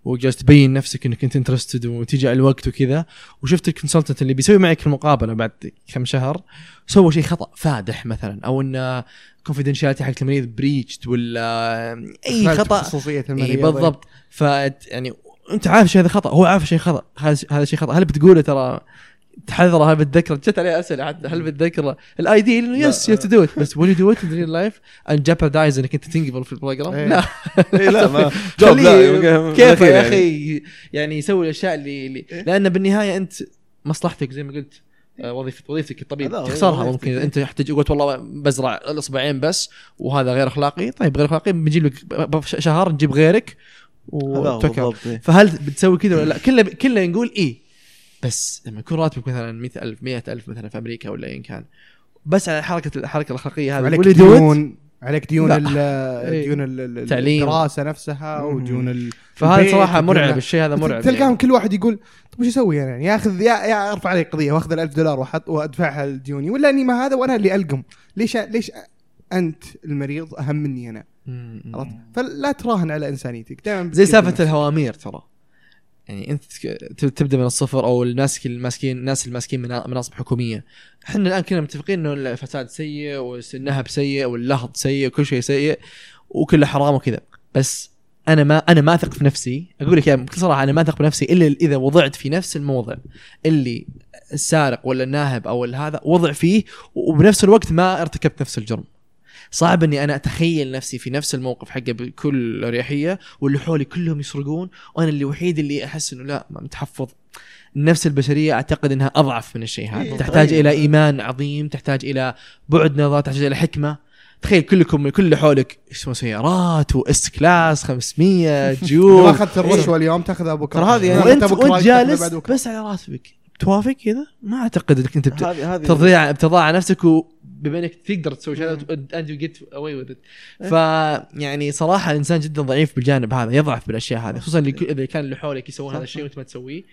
وجالس تبين نفسك انك انت انترستد وتيجي على الوقت وكذا، وشفت الكونسلتنت اللي بيسوي معك المقابله بعد كم شهر سوى شيء خطا فادح مثلا، او ان كونفيدنشاليتي حق المريض بريتشد ولا اي خطا خصوصيه المريض. إيه بالضبط. ف يعني انت عارف شيء هذا خطا، هو عارف شيء خطا، هذا هذا شيء خطا، هل بتقوله ترى تحذره؟ هل بتذكر؟ جت عليه اسئله حتى هل بتذكر الاي دي انه يس يو تو دو ات، بس وين دو ات ان ريل لايف اند جابردايز انك انت تنقبل في البروجرام؟ إيه. لا إيه لا ما جواب لا كيف يا اخي يعني يسوي الاشياء اللي, اللي لان بالنهايه انت مصلحتك زي ما قلت وظيفه وظيفتك الطبيب تخسرها ممكن. انت تحتاج قلت والله بزرع الاصبعين بس وهذا غير اخلاقي، طيب غير اخلاقي بنجيب لك شهر نجيب غيرك وتوكل. فهل بتسوي كذا ولا لا؟ كله كله نقول ايه، بس لما يكون راتبك مثلا مئة ألف مئة ألف مثلا في أمريكا ولا أين كان، بس على حركة الحركة الأخلاقية هذه عليك ديون عليك ديون ديون الدراسة نفسها وديون ال فهذا صراحة مرعب. الشيء هذا مرعب. تلقاهم يعني. كل واحد يقول طب وش يسوي يعني؟ ياخذ يا يا ارفع علي قضية واخذ الألف دولار وحط وادفعها لديوني، ولا اني ما هذا وانا اللي ألقم؟ ليش ليش انت المريض اهم مني انا؟ عرفت؟ فلا تراهن على انسانيتك دائما زي سالفة الهوامير. ترى يعني انت تبدا من الصفر، او الناس الماسكين الناس الماسكين مناصب حكوميه. احنا الان كنا متفقين انه الفساد سيء والنهب سيء واللهط سيء وكل شيء سيء وكله حرام وكذا، بس انا ما انا ما اثق في نفسي. اقول لك بكل صراحه انا ما اثق في نفسي الا اذا وضعت في نفس الموضع اللي السارق ولا الناهب او هذا وضع فيه، وبنفس الوقت ما ارتكبت نفس الجرم. صعب اني انا اتخيل نفسي في نفس الموقف حقه بكل اريحيه واللي حولي كلهم يسرقون وانا اللي وحيد اللي احس انه لا متحفظ. النفس البشريه اعتقد انها اضعف من الشيء هذا، تحتاج الى ايمان عظيم، تحتاج الى بعد نظر، تحتاج الى حكمه. تخيل كلكم كل اللي حولك اسمه سيارات واس كلاس خمسمية جيوب، ما اخذت الرشوه اليوم تاخذها بكره. ترى هذه يعني وانت, وانت جالس بس على راتبك توافق كذا. ما اعتقد انك انت بتضيع بتضاع نفسك بما انك تقدر تسوي شيء and you get away with it. فيعني صراحه الانسان جدا ضعيف بالجانب هذا، يضعف بالاشياء هذه، خصوصا اذا كان اللي حولك يسوون هذا الشيء وانت ما تسويه.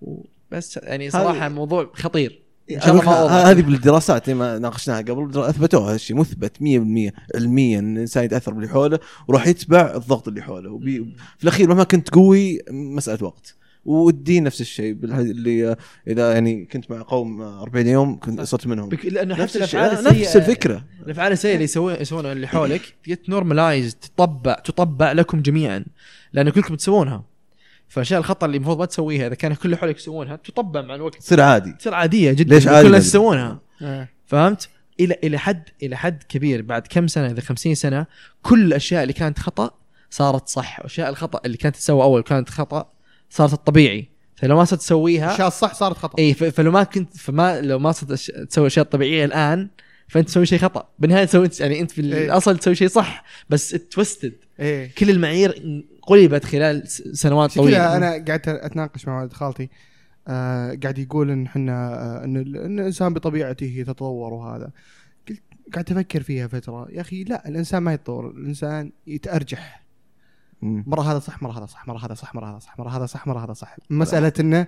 بس يعني صراحه موضوع خطير. هذه بالدراسات ما ناقشناها قبل اثبتوها هالشيء مثبت مية بالمية علميا ان الانسان يتاثر باللي حوله وراح يتبع الضغط اللي حوله، وفي الاخير مهما كنت قوي مساله وقت. والدين نفس الشيء اللي اذا يعني كنت مع قوم أربعين يوم كنت صرت منهم، لانه نفس الافعال نفس الفكره. الافعال السيئه اللي يسوون يسوونها اللي حولك جت نورمالايز، تطبع تطبع لكم جميعا لان كلكم تسوونها. فالاشياء الخطا اللي المفروض ما تسويها اذا كان كل حولك يسوونها تطبع مع الوقت، تصير عادي، تصير عاديه جدا، ليش عادي؟ كلنا يسوونها. أه. فهمت؟ الى الى حد الى حد كبير. بعد كم سنه اذا خمسين سنه كل الاشياء اللي كانت خطا صارت صح، والاشياء الخطا اللي كانت تسوى اول كانت خطا صارت الطبيعي. فلو ما صرت تسويها اشياء الصح صارت خطا. اي فلو ما كنت فما لو ما صرت تسوي اشياء طبيعيه الان فانت تسوي شيء خطا بالنهايه. تسوي يعني انت في الاصل تسوي شيء صح بس توستد. إيه. كل المعايير قلبت خلال سنوات طويله. انا قاعد اتناقش مع ولد خالتي آه قاعد يقول ان احنا آه ان, إن الانسان بطبيعته يتطور، وهذا قلت قاعد افكر فيها فتره يا اخي لا، الانسان ما يتطور، الانسان يتارجح. مرة هذا صح مرة هذا صح مرة هذا صح مرة هذا صح مرة هذا صح مرة هذا صح. مسألة إنه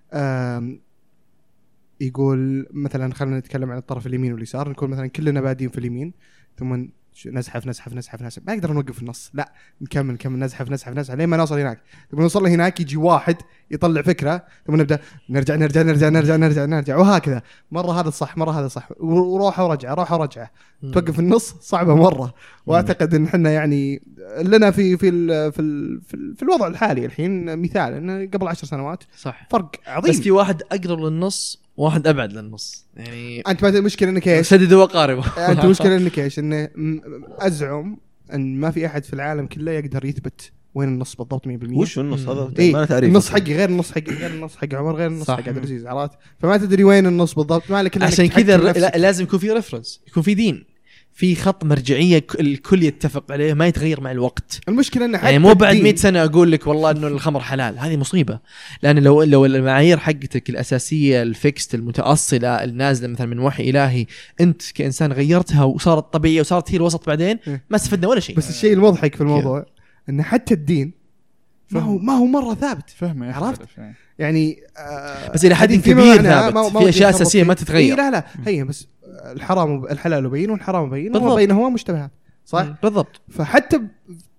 يقول مثلا خلينا نتكلم عن الطرف اليمين واليسار، نكون مثلا كلنا بادين في اليمين ثم نزحف نزحف نزحف نزحف ما نقدر نوقف في النص، لا نكمل نكمل نزحف نزحف نزحف لين ما نوصل هناك. ثم نوصل هناك يجي واحد يطلع فكرة ثم نبدأ نرجع نرجع نرجع نرجع نرجع نرجع وهكذا. مرة هذا صح مرة هذا صح، وروحة ورجعة روحة ورجعة. توقف في النص صعبة مرة. واعتقد ان احنا يعني لنا في في ال في ال في الوضع الحالي الحين مثال انه قبل عشر سنوات صح فرق عظيم، بس في واحد اقرب للنص واحد ابعد للنص. يعني انت ما المشكله انك ايش سددوا وقاربوا. انت المشكله انك ايش انه ازعم ان ما في احد في العالم كله يقدر يثبت وين النص بالضبط مية بالمية. وش النص هذا؟ إيه؟ ما له تعريف. النص حقي غير النص حقي غير النص حق عمر غير النص حق عبد العزيز، عرفت؟ فما تدري وين النص بالضبط. ما لك عشان كذا لازم يكون في ريفرنس، يكون في دين، في خط مرجعيه الكل يتفق عليه ما يتغير مع الوقت. المشكله انه يعني مو بعد مئة سنه اقول لك والله انه الخمر حلال، هذه مصيبه. لان لو لو المعايير حقتك الاساسيه الفيكست المتاصله النازله مثلا من وحي الهي انت كانسان غيرتها وصارت طبيعيه وصارت هي الوسط بعدين ما استفدنا ولا شيء. بس الشيء المضحك في الموضوع ان حتى الدين ما هو ما هو مره ثابت، فهمه عرفت يعني آه بس الى حد كبير ثابت، في اشياء اساسيه ما تتغير. إيه لا لا هي بس الحرام الحلال بين والحرام بين وما بينهما مشتبهات صح بالضبط. فحتى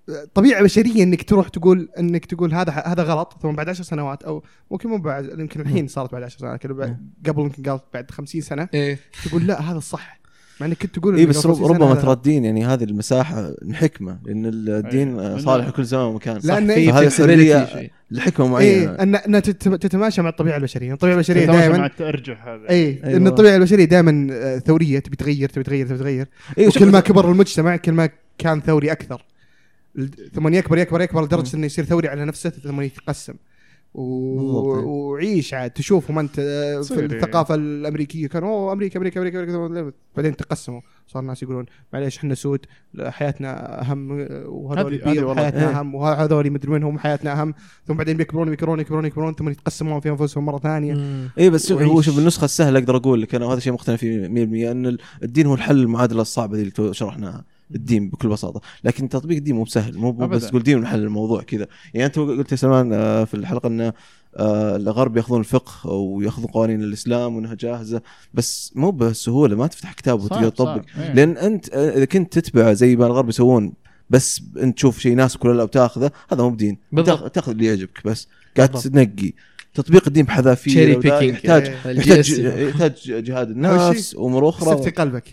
طبيعه بشريه انك تروح تقول انك تقول هذا هذا غلط، ثم بعد عشر سنوات او ممكن مو بعد، يمكن الحين صارت بعد عشر سنوات كذا، قبل يمكن قال بعد خمسين سنه إيه. تقول لا هذا الصح، مع انك كنت تقول اي بس ربما تردين يعني هذه المساحه حكمه، لان الدين أيه. صالح لكل زمان ومكان، لان هذه الحريه لحكمه معينه. إيه ان ان تتماشى مع الطبيعه البشريه. الطبيعه البشريه دائما مع التارجح هذا. اي أيوة. ان الطبيعه البشريه دائما ثوريه، تبي تغير تبي تغير تبي تغير أيوة. وكل ما كبر المجتمع كل ما كان ثوري اكثر، ثم يكبر يكبر يكبر لدرجه انه يصير ثوري على نفسه، ثم يتقسم و... وعيش عاد تشوفهم انت في الثقافه الامريكيه كانوا امريكا امريكا امريكا, أمريكا. بعدين تقسموا، صار الناس يقولون معليش احنا سود حياتنا اهم، وهذول بيض حياتنا ايه. اهم، وهذول مدري وينهم حياتنا اهم، ثم بعدين بيكبرون يكبرون يكبرون يكبرون ثم يتقسمون في انفسهم مره ثانيه. اي بس هو شوف النسخه السهله اقدر اقول لك انا، وهذا شيء مقتنع فيه مية بالمية، ان الدين هو الحل المعادله الصعبه اللي شرحناها، الدين بكل بساطه. لكن تطبيق الدين مو بسهل، مو بس تقول دين ونحل الموضوع كذا. يعني انت قلت يا سلمان في الحلقه ان الغرب ياخذون الفقه وياخذون قوانين الاسلام وانها جاهزه، بس مو بسهوله، ما تفتح كتاب وتقدر تطبق، لان انت اذا كنت تتبع زي ما الغرب يسوون بس انت تشوف شيء يناسبك ولا لا وتاخذه، هذا مو بدين، تاخذ اللي يعجبك بس قاعد تنقي. تطبيق الدين بحذافيره يحتاج يحتاج يحتاج جهاد النفس وامور اخرى، استفتي قلبك.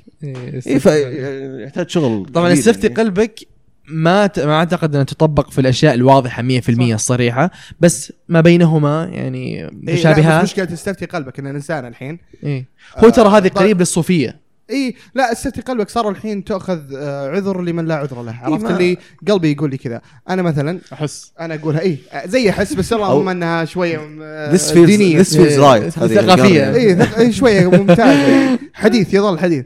يحتاج شغل طبعا. استفتي قلبك ما ت... ما اعتقد انها تطبق في الاشياء الواضحه مية بالمية الصريحه، بس ما بينهما يعني مشابهات. إيه مشكله تستفتي قلبك ان الانسان الحين إيه؟ هو ترى هذه قريب للصوفيه. اي لا استفتي قلبك صار الحين تاخذ عذر لمن لا عذر له. عرفت اللي قلبي يقول لي كذا، انا مثلا احس انا اقولها اي زي احس، بس اللهم انها شويه دينيه ثقافيه، اي شويه ممتازه، حديث يظل حديث.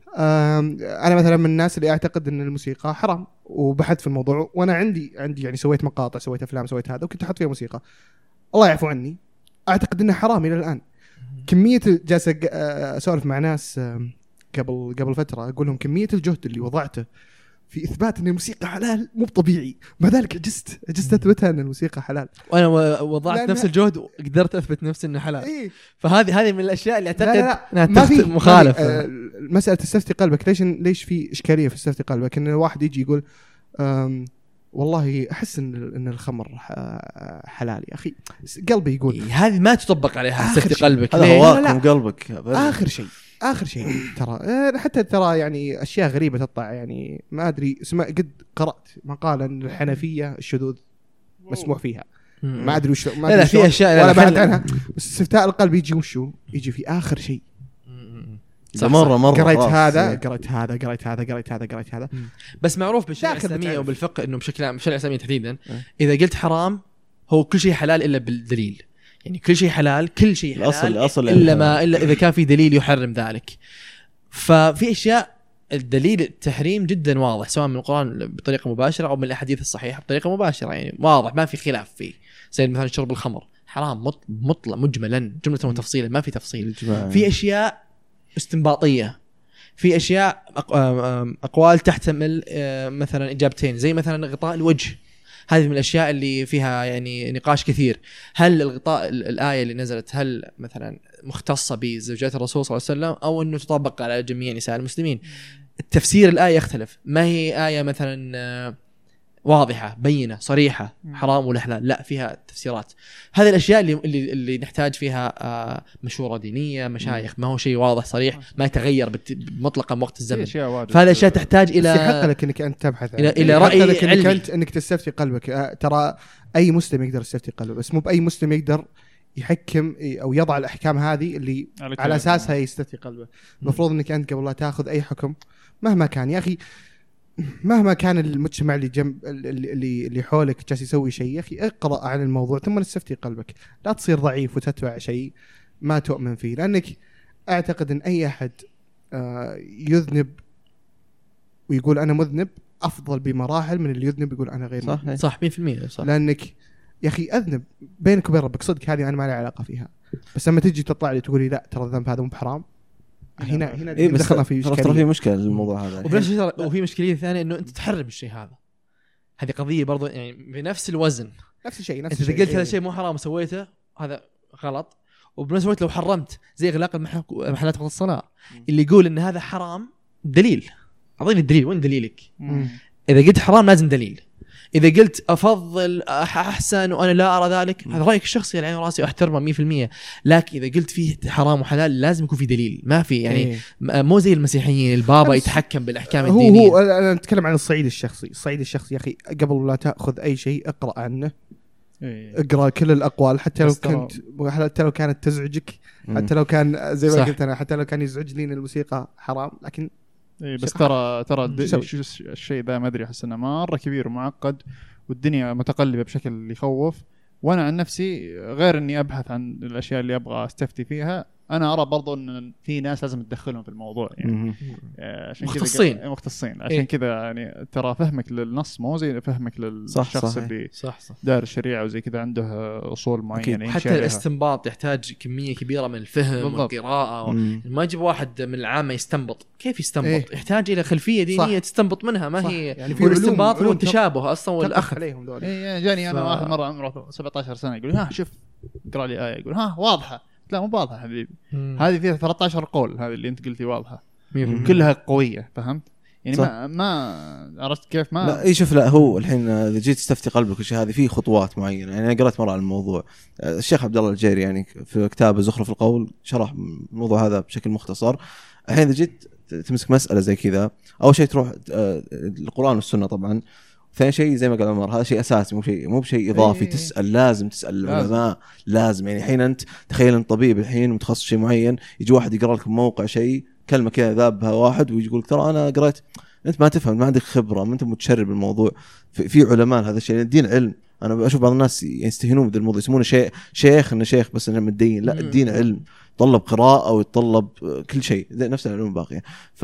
انا مثلا من الناس اللي اعتقد ان الموسيقى حرام، وبحثت في الموضوع، وانا عندي عندي يعني سويت مقاطع، سويت افلام، سويت هذا، وكنت احط فيها موسيقى. الله يعفو عني، اعتقد انها حرام الى الان. كميه جالس اسولف مع ناس قبل قبل فتره، اقول لهم كميه الجهد اللي وضعته في اثبات ان الموسيقى حلال مو طبيعي، مع ذلك عجزت عجزت اثبتها ان الموسيقى حلال. وانا وضعت نفس الجهد وقدرت اثبت نفسي انه حلال. إيه؟ فهذه هذه من الاشياء اللي اعتقد انها تخت... مخالفه. آه مساله استفتي قلبك، ليش ليش في اشكاليه في استفتي قلبك؟ ان الواحد يجي يقول والله احس ان ان الخمر حلال يا اخي، قلبي يقول إيه هذه ما تطبق عليها استفتي قلبك. هذا هواكم قلبك اخر شيء آخر شيء ترى حتى ترى يعني أشياء غريبة تطلع، يعني ما أدري اسمع، قد قرأت مقال أن الحنفية الشذوذ مسموح فيها، ما أدري وش، ما أدري في أشياء ولا بعد عنها، بس استفتاء القلب يجي وشو يجي في آخر شيء. مرة مرة قريت هذا قريت هذا قريت هذا قريت هذا قريت هذا بس معروف بالشريعة الإسلامية وبالفقه إنه بشكل عام الشريعة الإسلامية تحديدا إذا قلت حرام هو كل شيء حلال إلا بالدليل، يعني كل شيء حلال كل شيء حلال الأصل الأصل إلا ما إلا إذا كان في دليل يحرم ذلك. ففي أشياء الدليل التحريم جدا واضح، سواء من القرآن بطريقة مباشرة أو من الأحاديث الصحيحة بطريقة مباشرة، يعني واضح ما في خلاف فيه. زي مثلا شرب الخمر حرام مطلق مجملا جملة وتفصيلا، ما في تفصيل. في أشياء استنباطية، في أشياء أقوال تحتمل مثلا إجابتين، زي مثلا غطاء الوجه، هذه من الأشياء اللي فيها يعني نقاش كثير. هل الغطاء الآية اللي نزلت هل مثلا مختصة بزوجات الرسول صلى الله عليه وسلم أو أنه تطبق على جميع نساء المسلمين؟ التفسير الآية يختلف، ما هي آية مثلا واضحة بينة صريحة حرام ولا حلال، لا فيها تفسيرات. هذه الأشياء اللي اللي, اللي نحتاج فيها مشورة دينية مشايخ، ما هو شيء واضح صريح ما يتغير مطلقا وقت الزمن. فهذا الأشياء تحتاج إلى حق لك إنك أنت تبحث إلى إلى رأي لك إنك أنت إنك تستفتي قلبك. ترى أي مسلم يقدر يستفتي قلبه، بس مو بأي مسلم يقدر يحكم أو يضع الأحكام هذه اللي على, على أساسها يستفتي قلبه. المفروض إنك أنت قبل لا تأخذ أي حكم مهما كان يا أخي، مهما كان المجتمع اللي جنب اللي اللي حولك جالس يسوي شيء، يا اخي اقرا عن الموضوع ثم استفتي قلبك. لا تصير ضعيف وتتبع شيء ما تؤمن فيه، لانك اعتقد ان اي احد يذنب ويقول انا مذنب افضل بمراحل من اللي يذنب يقول انا غير صح مذنب. صح مية بالمية صح. لانك يا اخي اذنب بينك وبين ربك صدق، هذه انا ما لي علاقه فيها، بس لما تجي تطلع لي تقول لي لا ترى الذنب هذا مو بحرام، هنا هنا إيه دخلنا في مشكله. ترى في مشكله الموضوع هذا، وفي وفي مشكله ثانيه انه انت تحرم الشيء هذا. هذه قضيه برضو يعني بنفس الوزن، نفس الشيء نفس الشيء. اذا قلت هذا شيء مو حرام وسويته هذا غلط، وبنفس الوقت لو حرمت زي اغلاق المحلات وقت الصلاه اللي يقول ان هذا حرام دليل، اعطيني الدليل، وين دليلك؟ مم. اذا قلت حرام لازم دليل. اذا قلت افضل احسن وانا لا ارى ذلك، هذا رايك الشخصي على عيني وراسي واحترمه مية بالمية. لكن اذا قلت فيه حرام وحلال لازم يكون في دليل، ما في يعني إيه. مو زي المسيحيين البابا يتحكم بالاحكام هو الدينيه. هو انا نتكلم عن الصعيد الشخصي. الصعيد الشخصي يا اخي قبل لا تاخذ اي شيء اقرا عنه، إيه. اقرا كل الاقوال حتى لو بس ترى- كنت حتى لو كانت تزعجك، مم. حتى لو كان زي ما صح. قلت انا حتى لو كان يزعجني ان الموسيقى حرام، لكن إيه بس ترى ترى الد- شو شو الش- الشيء ذا ما ادري، احس انه مره كبير ومعقد والدنيا متقلبه بشكل يخوف. وانا عن نفسي غير اني ابحث عن الاشياء اللي ابغى استفتي فيها، انا ارى برضو ان في ناس لازم تدخلهم في الموضوع يعني. مم. آه، عشان كذا مختصين. قا- مختصين عشان إيه. كذا يعني ترى فهمك للنص مو زي فهمك صح، للشخص صحيح. اللي صح صح. دار الشريعه وزي كذا عنده اصول معينه يمشي حتى عليها. الاستنباط يحتاج كميه كبيره من الفهم بالضبط. والقراءه. مم. ما يجيب واحد من العامه يستنبط، كيف يستنبط؟ إيه. يحتاج الى خلفيه دينيه صح. تستنبط منها، ما صح. هي يعني يعني في في الاستنباط علوم- هو علوم التشابه اصلا تقف والاخذ. عليهم ذول. إيه جاني انا ف- واحد مره عمره سبعة عشر سنه يقول ها شوف اقرا لي ايه، يقول ها واضحه، قلت لا مو واضحه حبيبي، هذه فيها ثلاثة عشر قول، هذه اللي انت قلتي واضحه مية بالمية. كلها قويه، فهمت يعني؟ صح. ما ما عرفت كيف؟ ما لا اي شوف، لا هو الحين اذا جيت تستفتي قلبك وشي هذه في خطوات معينه. يعني انا قرأت مره عن الموضوع، الشيخ عبد الله الجيري يعني في كتابه زخرف القول شرح الموضوع هذا بشكل مختصر. الحين اذا جيت تمسك مساله زي كذا، اول شيء تروح آه، القران والسنه طبعا. ثاني شيء زي ما قال عمر، هذا شيء اساسي، مو شيء مو بشيء اضافي. إيه. تسال، لازم تسال لازم. العلماء، لازم. يعني الحين انت تخيل انت طبيب الحين متخصص شيء معين، يجي واحد يقرا لك موقع شيء كلمه كذا ذابها واحد ويجي يقول لك ترى انا قريت، انت ما تفهم، ما عندك خبره، ما انت متشرب الموضوع. في, في علماء هذا الشيء، الدين علم. انا اشوف بعض الناس يستهينون بهذا الموضوع، يسمونه شيء شيخ انه شيخ بس انه متدين. لا، الدين علم، يتطلب قراءه ويتطلب كل شيء زي نفس العلوم الباقيه.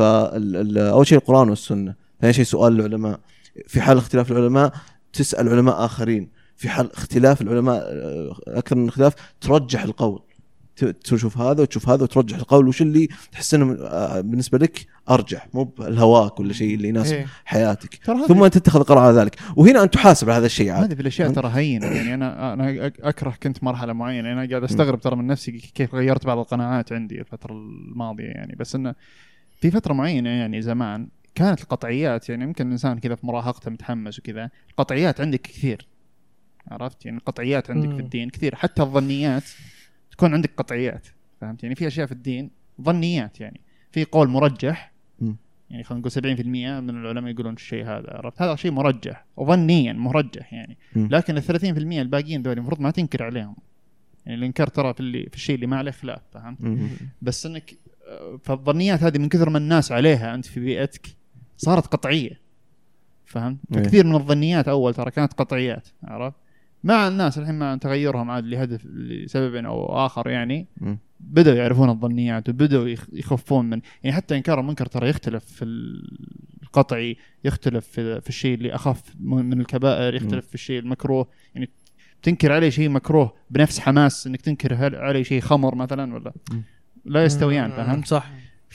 فاول شيء القران والسنه، ثاني شيء سؤال العلماء. في حال اختلاف العلماء تسال علماء اخرين، في حال اختلاف العلماء اكثر من اختلاف ترجح القول، تشوف هذا وتشوف هذا وترجح القول وش اللي تحس انه بالنسبه لك ارجح، مو الهواك ولا شيء اللي يناسب إيه. حياتك، ترى ثم انت تتخذ قرار على ذلك. وهنا انت تحاسب على هذا الشيء عاد. هذه في الاشياء ترى هينه يعني. انا انا اكره كنت مرحله معينه، انا قاعد استغرب ترى من نفسي كيف غيرت بعض القناعات عندي الفتره الماضيه يعني. بس انه في فتره معينه يعني زمان كانت القطعيات يعني يمكن الانسان كذا في مراهقته متحمس وكذا، القطعيات عندك كثير، عرفت يعني؟ القطعيات عندك مم. في الدين كثير، حتى الظنيات تكون عندك قطعيات، فهمت يعني؟ في اشياء في الدين ظنيات، يعني في قول مرجح مم. يعني خلينا نقول سبعين بالمئة من العلماء يقولون الشيء هذا، عرفت؟ هذا شيء مرجح وظنيا مرجح يعني. مم. لكن ال ثلاثين بالمئة الباقيين دول المفروض ما تنكر عليهم، يعني الانكار ترى في اللي في الشيء اللي ما عليه خلاف، فهمت؟ مم. بس انك فالظنيات هذه من كثر ما الناس عليها انت في بيئتك صارت قطعيه، فهمت؟ إيه. كثير من الظنيات اول ترى كانت قطعيات، عرفت؟ مع الناس الحين مع تغيرهم عاد لهدف لسبب او اخر يعني مم. بدأوا يعرفون الظنيات وبدأوا يخ- يخفون من يعني حتى إنكار المنكر ترى يختلف في القطعي، يختلف في, في الشيء اللي أخف من الكبائر، يختلف في الشيء المكروه. يعني تنكر عليه شيء مكروه بنفس حماس إنك تنكر هل- عليه شيء خمر مثلا، ولا مم. لا يستويان، فهمت؟ صح.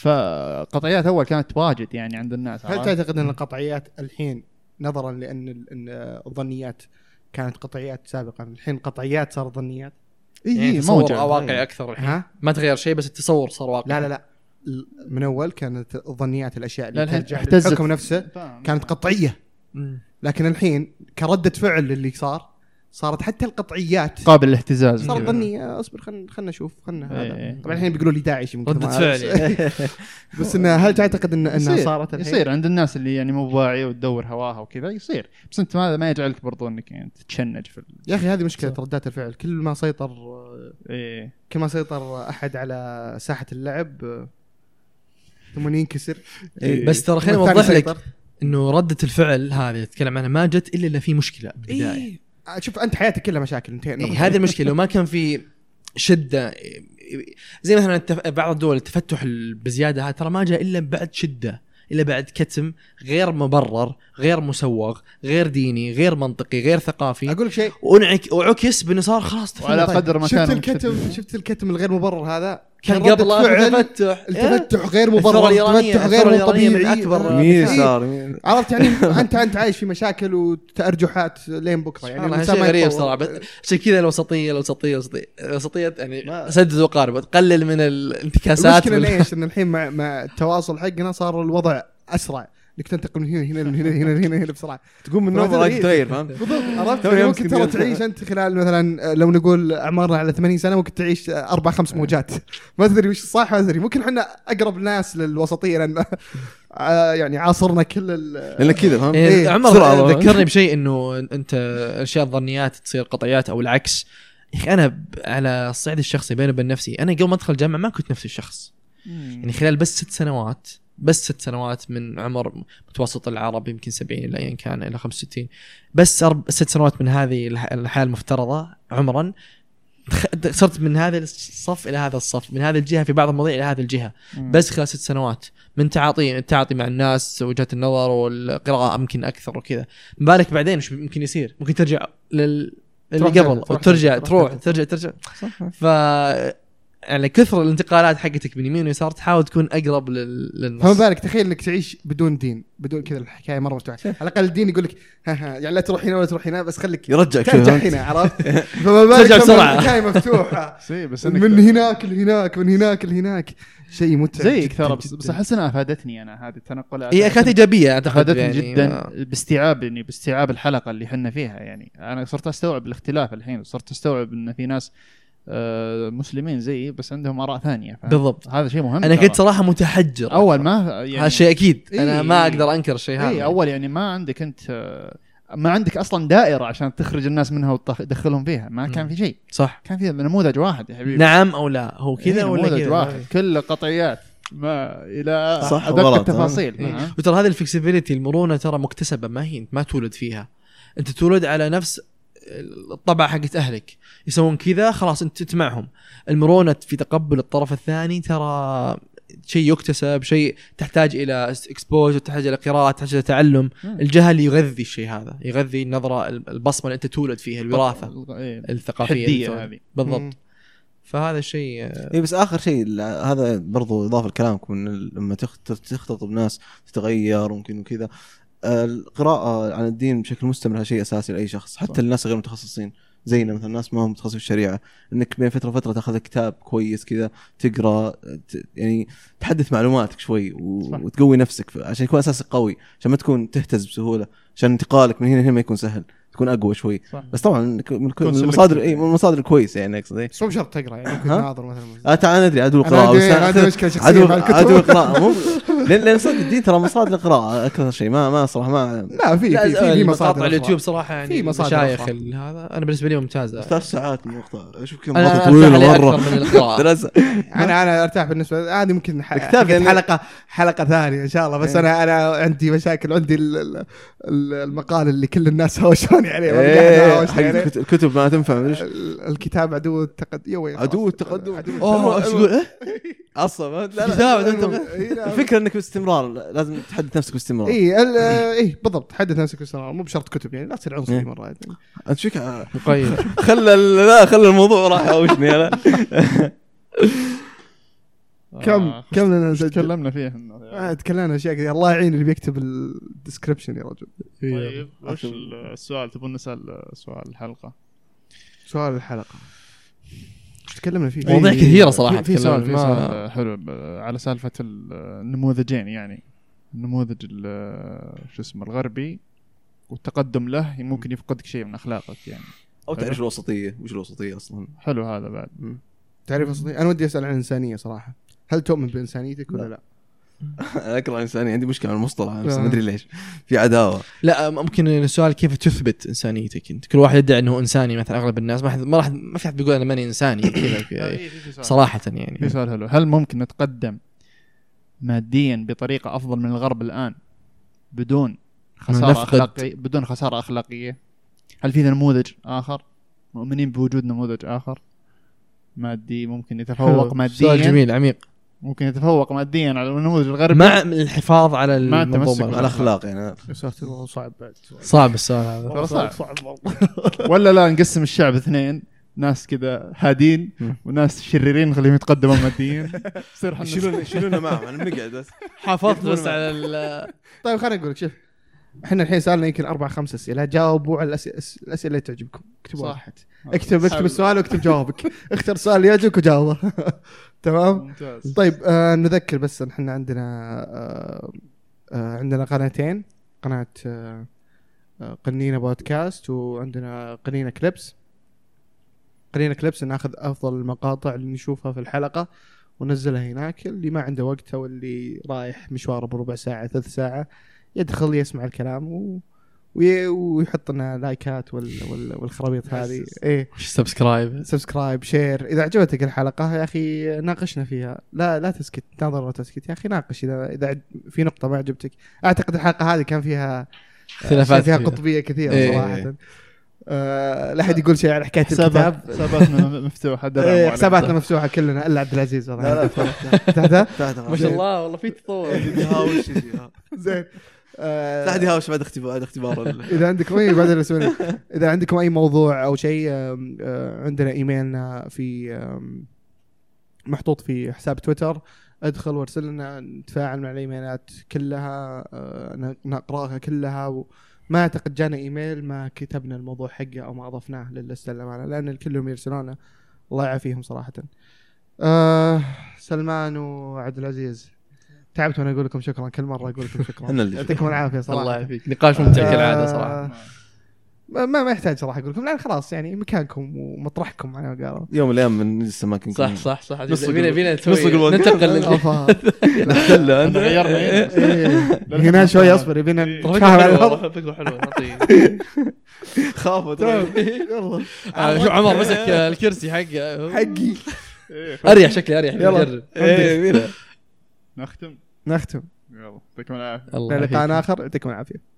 فقطعيات أول كانت واجد يعني عند الناس. هل عرفت؟ تعتقد ان القطعيات الحين نظرا لان ال- ان الظنيات كانت قطعيات سابقا، الحين قطعيات صار ظنيات؟ إيه يعني إيه تصور موجود. واقعي اكثر الحين. ها ما تغير شيء بس التصور صار واقعي. لا لا لا ال- من اول كانت الظنيات الاشياء لا اللي لا ترجع احتزت. للحكم نفسه فاهم. كانت قطعيه، مم. لكن الحين كردة فعل اللي صار صارت حتى القطعيات قابل للاهتزاز صارت كذا. ظنيه. اصبر خلنا خلنا نشوف خلنا إيه. هذا طبعا الحين بيقولوا لي داعش من كثر ردة ما- فعل يعني. بس انها هل تعتقد ان انها يصير صارت الحين؟ يصير عند الناس اللي يعني مو واعيه وتدور هواها وكذا يصير، بس انت ما ما يجعلك برضو انك يعني تتشنج في ال... يا اخي هذه مشكله ردات الفعل. كل ما سيطر إيه. كل ما سيطر احد على ساحه اللعب ثم ينكسر. إيه. بس ترى خليني ثم الثاني اوضح لك سيطر. انه ردة الفعل هذه تتكلم عنها ما جت الا اذا في مشكله بالبدايه. إيه. شوف انت حياتك كلها مشاكل انتهينا. إيه هذه المشكله. لو ما كان في شده زي مثلا التف... بعض الدول التفتح بزياده هذا ترى ما جاء الا بعد شده، الا بعد كتم غير مبرر، غير مسوغ، غير ديني، غير منطقي، غير ثقافي، اقول لك شيء ونعك وعكس بانه صار خلاص وعلى تفهم. قدر ما شفت كان الكتم شفت الكتم الغير مبرر هذا كان ردة قبل فعل التفتح التفتح غير الثورة مبرر، الإيرانية- التفتح غير الثورة مو الإيرانية من طبيعي. أكبر- آه، مين إيه. صار مين عرفت يعني انت انت عايش في مشاكل وتأرجحات لين بكره يعني يعني الإنسان شيء ما غريب يتطور. صراحه. بس عشان كذا الوسطيه الوسطيه الوسطيه الوسطيه يعني ما- سدد وقارب وتقلل من الانتكاسات المشكله وال- إن ايش ان الحين مع مع التواصل حقنا صار الوضع اسرع. انك تنتقل من هنا هنا هنا هنا هنا, هنا بسرعه تقوم من النوم راح تغير فهمت بالضبط عرفت ممكن ترى تعيش انت خلال مثلا لو نقول اعمارنا على ثمانين سنه ممكن تعيش اربع خمس موجات ما تدري وش الصح ما تدري ممكن احنا اقرب ناس للوسطيه لان يعني عاصرنا كل لان كذا فهمت إيه عمر ذكرني بشيء انه انت اشياء الظنيات تصير قطعيات او العكس يا اخي انا على الصعيد الشخصي بيني وبين نفسي انا قبل ما ادخل الجامعه ما كنت نفس الشخص يعني خلال بس ست سنوات بس ست سنوات من عمر متوسط العرب يمكن سبعين إلى أيا كان إلى خمسة وستين بس أرب ست سنوات من هذه الحياة المفترضة عمرا صرت من هذا الصف إلى هذا الصف من هذه الجهة في بعض المواضيع إلى هذه الجهة بس خلال ست سنوات من تعاطي التعاطي مع الناس وجهة النظر والقراءة يمكن أكثر وكذا بالك بعدين وش ممكن يصير ممكن ترجع لل اللي قبل وترجع تروح ترجع ترجع ف يعني كثر الانتقالات حقتك من يمين ويسار تحاول تكون اقرب للنص فما بالك تخيل انك تعيش بدون دين بدون كذا الحكايه مره مفتوحه على الاقل الدين يقول لك ها ها يعني لا تروح هنا ولا تروح هنا بس خليك يرجعك ترجع هنا عرفت فما بالك الحكايه مفتوحه بس من هناك لهناك من هناك لهناك شيء متعب زيك ترى بس, بس احس انها افادتني انا هذه التنقلات هي كانت ايجابيه اعتقد افادتني يعني جدا آه. باستيعاب يعني باستيعاب الحلقه اللي حنا فيها يعني انا صرت استوعب الاختلاف الحين وصرت استوعب ان في ناس آه مسلمين زيي بس عندهم آراء ثانية بالضبط هذا شيء مهم انا كنت صراحه متحجر اول ما يعني هذا شيء اكيد إيه انا ما اقدر انكر الشيء هذا إيه اول يعني ما عندك انت ما عندك اصلا دائره عشان تخرج الناس منها وتدخلهم فيها ما كان في شيء صح كان في نموذج واحد يا حبيبي نعم او لا هو كذا إيه ولا نموذج كذا واحد كل قطعيات ما الى صح ادق وغلط التفاصيل إيه. وترى هذه الفلكسبيليتي المرونه ترى مكتسبه ما هي ما تولد فيها انت تولد على نفس الطبع حقت اهلك يسوون كذا خلاص انت تتمعهم المرونه في تقبل الطرف الثاني ترى شيء يكتسب شيء تحتاج الى اكسبوجر تحتاج الى قراءه تحتاج الى تعلم الجهل يغذي الشيء هذا يغذي النظره البصمه اللي انت تولد فيها الوراثه الثقافيه هذه بالضبط فهذا الشيء اي بس اخر شيء هذا برضو اضافه لكلامكم ان لما تختلط بناس تتغير ممكن وكذا القراءه عن الدين بشكل مستمر هذا شيء اساسي لاي شخص حتى الناس غير متخصصين زينا مثلا الناس ما هم متخصصين في الشريعه انك بين فتره وفتره تاخذ كتاب كويس كذا تقرا يعني تحدث معلوماتك شوي وتقوي نفسك عشان يكون اساسك قوي عشان ما تكون تهتز بسهوله عشان انتقالك من هنا لهنا ما يكون سهل تكون اقوى شوي صح. بس طبعا من المصادر اي من المصادر الكويسه يعني اقصد ايه مو شرط تقرا يعني ممكن ناظر مثلا اه تعال ندري عدو القراءه بس عدو مشكله شخصيه عدو, عدو القراءه مو لان لان صدق الدين ترى مصادر القراءه اكثر شيء ما ما صراحه ما لا في في في مصادر على اليوتيوب صراحه يعني في مشايخ هذا انا بالنسبه لي ممتازه ثلاث ساعات مقطع اشوف كم مقطع طويله مره من القراءه دراسه انا انا ارتاح بالنسبه هذه ممكن حلقه حلقه ثانيه ان شاء الله بس انا انا عندي مشاكل عندي المقال اللي كل الناس هوشوني عليه الكتب ما تنفع الكتاب عدو التقدم عدو التقدم اوه ايش تقول ايه اصلا لا لا الفكره انك باستمرار لازم تحدث نفسك باستمرار اي اي بالضبط تحدث نفسك باستمرار مو بشرط كتب يعني لا تصير عنصري مره انت فيك مقيد خلى لا خلى الموضوع راح يهوشني لا كم كم لنا تكلمنا فيه آه تكلمنا اشياء كثير الله يعين اللي بيكتب الديسكربشن يا رجل. طيب وش السؤال تبون نسال سؤال الحلقه سؤال الحلقه وش تكلمنا فيه مواضيع كثيره صراحه في سؤال في سؤال حلو على سالفه النموذجين يعني النموذج شو اسمه الغربي والتقدم له ممكن يفقدك شيء من اخلاقك يعني او تعرف الوسطيه وش الوسطيه اصلا حلو هذا بعد تعرف الوسطيه انا ودي اسال عن الانسانيه صراحه هل تؤمن بإنسانيتك ولا لا؟ لا أكره إنسانية عندي مشكلة مع المصطلح بس ما أدري ليش في عداوة لا ممكن السؤال كيف تثبت إنسانيتك أنت كل واحد يدعي إنه إنساني مثلا أغلب الناس ما حد ما راح ما في حد بيقول أنا ماني إنساني كذا صراحة يعني في سؤال حلو هل ممكن نتقدم ماديا بطريقة أفضل من الغرب الآن بدون خسارة أخلاقية بدون خسارة أخلاقية هل في نموذج آخر مؤمنين بوجود نموذج آخر مادي ممكن يتفوق ماديا سؤال جميل عميق ممكن يتفوق ماديا على النموذج الغربي مع الحفاظ على المنظومه الاخلاق يعني صعب بعد صعب السؤال هذا صعب صعب ولا لا نقسم الشعب اثنين ناس كذا هادين وناس شريرين نخليهم يتقدموا ماديا يصير يشيلونا يشيلونا معهم انا بنقعد بس حافظت بس على ال طيب خليني اقول لك شوف احنا الحين سالنا يمكن اربع خمس اسئله جاوبوا على الاسئله الاسئله اللي تعجبكم اكتبوا واحد اكتب اكتب السؤال واكتب جوابك اختر سؤال اللي يعجبك وجاوبه تمام ممتاز طيب آه نذكر بس ان احنا عندنا آه آه عندنا قناتين، قناه آه قنينه بودكاست، وعندنا قنينه كليبس. قنينه كليبس ناخذ افضل المقاطع اللي نشوفها في الحلقه وننزلها هناك. اللي ما عنده وقت او اللي رايح مشواره بربع ساعه ثلاث ساعه يدخل يسمع الكلام و... وي... ويحط لنا لايكات وال... وال... والخرابيط هذه. ايه سبسكرايب سبسكرايب شير. اذا عجبتك الحلقه يا اخي ناقشنا فيها، لا لا تسكت، لا ضرورة تسكت يا اخي، ناقش اذا اذا في نقطه ما عجبتك. اعتقد الحلقه هذه كان فيها خلافات فيها كثيرة. قطبيه كثيره إيه. صراحه. آه لا احد يقول شيء على حكايه الكتاب. حساباتنا مفتوحه. إيه، حساباتنا مفتوحه كلنا الا عبد العزيز والله. لا لا تحتها ما شاء الله والله في تطور. يهاوش زين. آه، لا حد يهاوش بعد اختبار بعد اختبار ال- اذا عندكم اي بعد الرسول اذا عندكم اي موضوع او شيء، آم، آه، عندنا ايميلنا في آم، محطوط في حساب تويتر، ادخل وارسل لنا، نتفاعل مع الايميلات كلها، آه، نقراها كلها. وما اعتقد جانا ايميل ما كتبنا الموضوع حقه او ما اضفناه للسته للامانه، لان الكل يرسلونه الله يعافيهم صراحه. آه سلمان وعبد العزيز تعبت وانا اقول لكم شكرا، كل مره اقول لكم شكرا. أنا اللي يعطيكم العافيه صراحه. الله يعافيك، نقاش ممتع كالعاده صراحه. آه، ما ما يحتاج صراحه اقول لكم، لان خلاص يعني مكانكم ومطرحكم على قالوا. يوم من الايام من نجلس اماكنكم صح صح صح. نص بينا بينا نص نسوي الوقت. ننتقل لل- أوفا. لا انت غيرنا إيه، هنا شوي اصبر يبينا فكرة نتفاهم على حلوة، الوضع. فكرة حلوة نعطيه. خافوا يلا آه، شو عمر مسك آه، الكرسي حقه حقي. اريح شكلي اريح. يلا. نجرب. ايه مين نختم. نختم يلا يعطيكم العافيه. الله لقاء يعافيك. اخر، يعطيكم العافيه.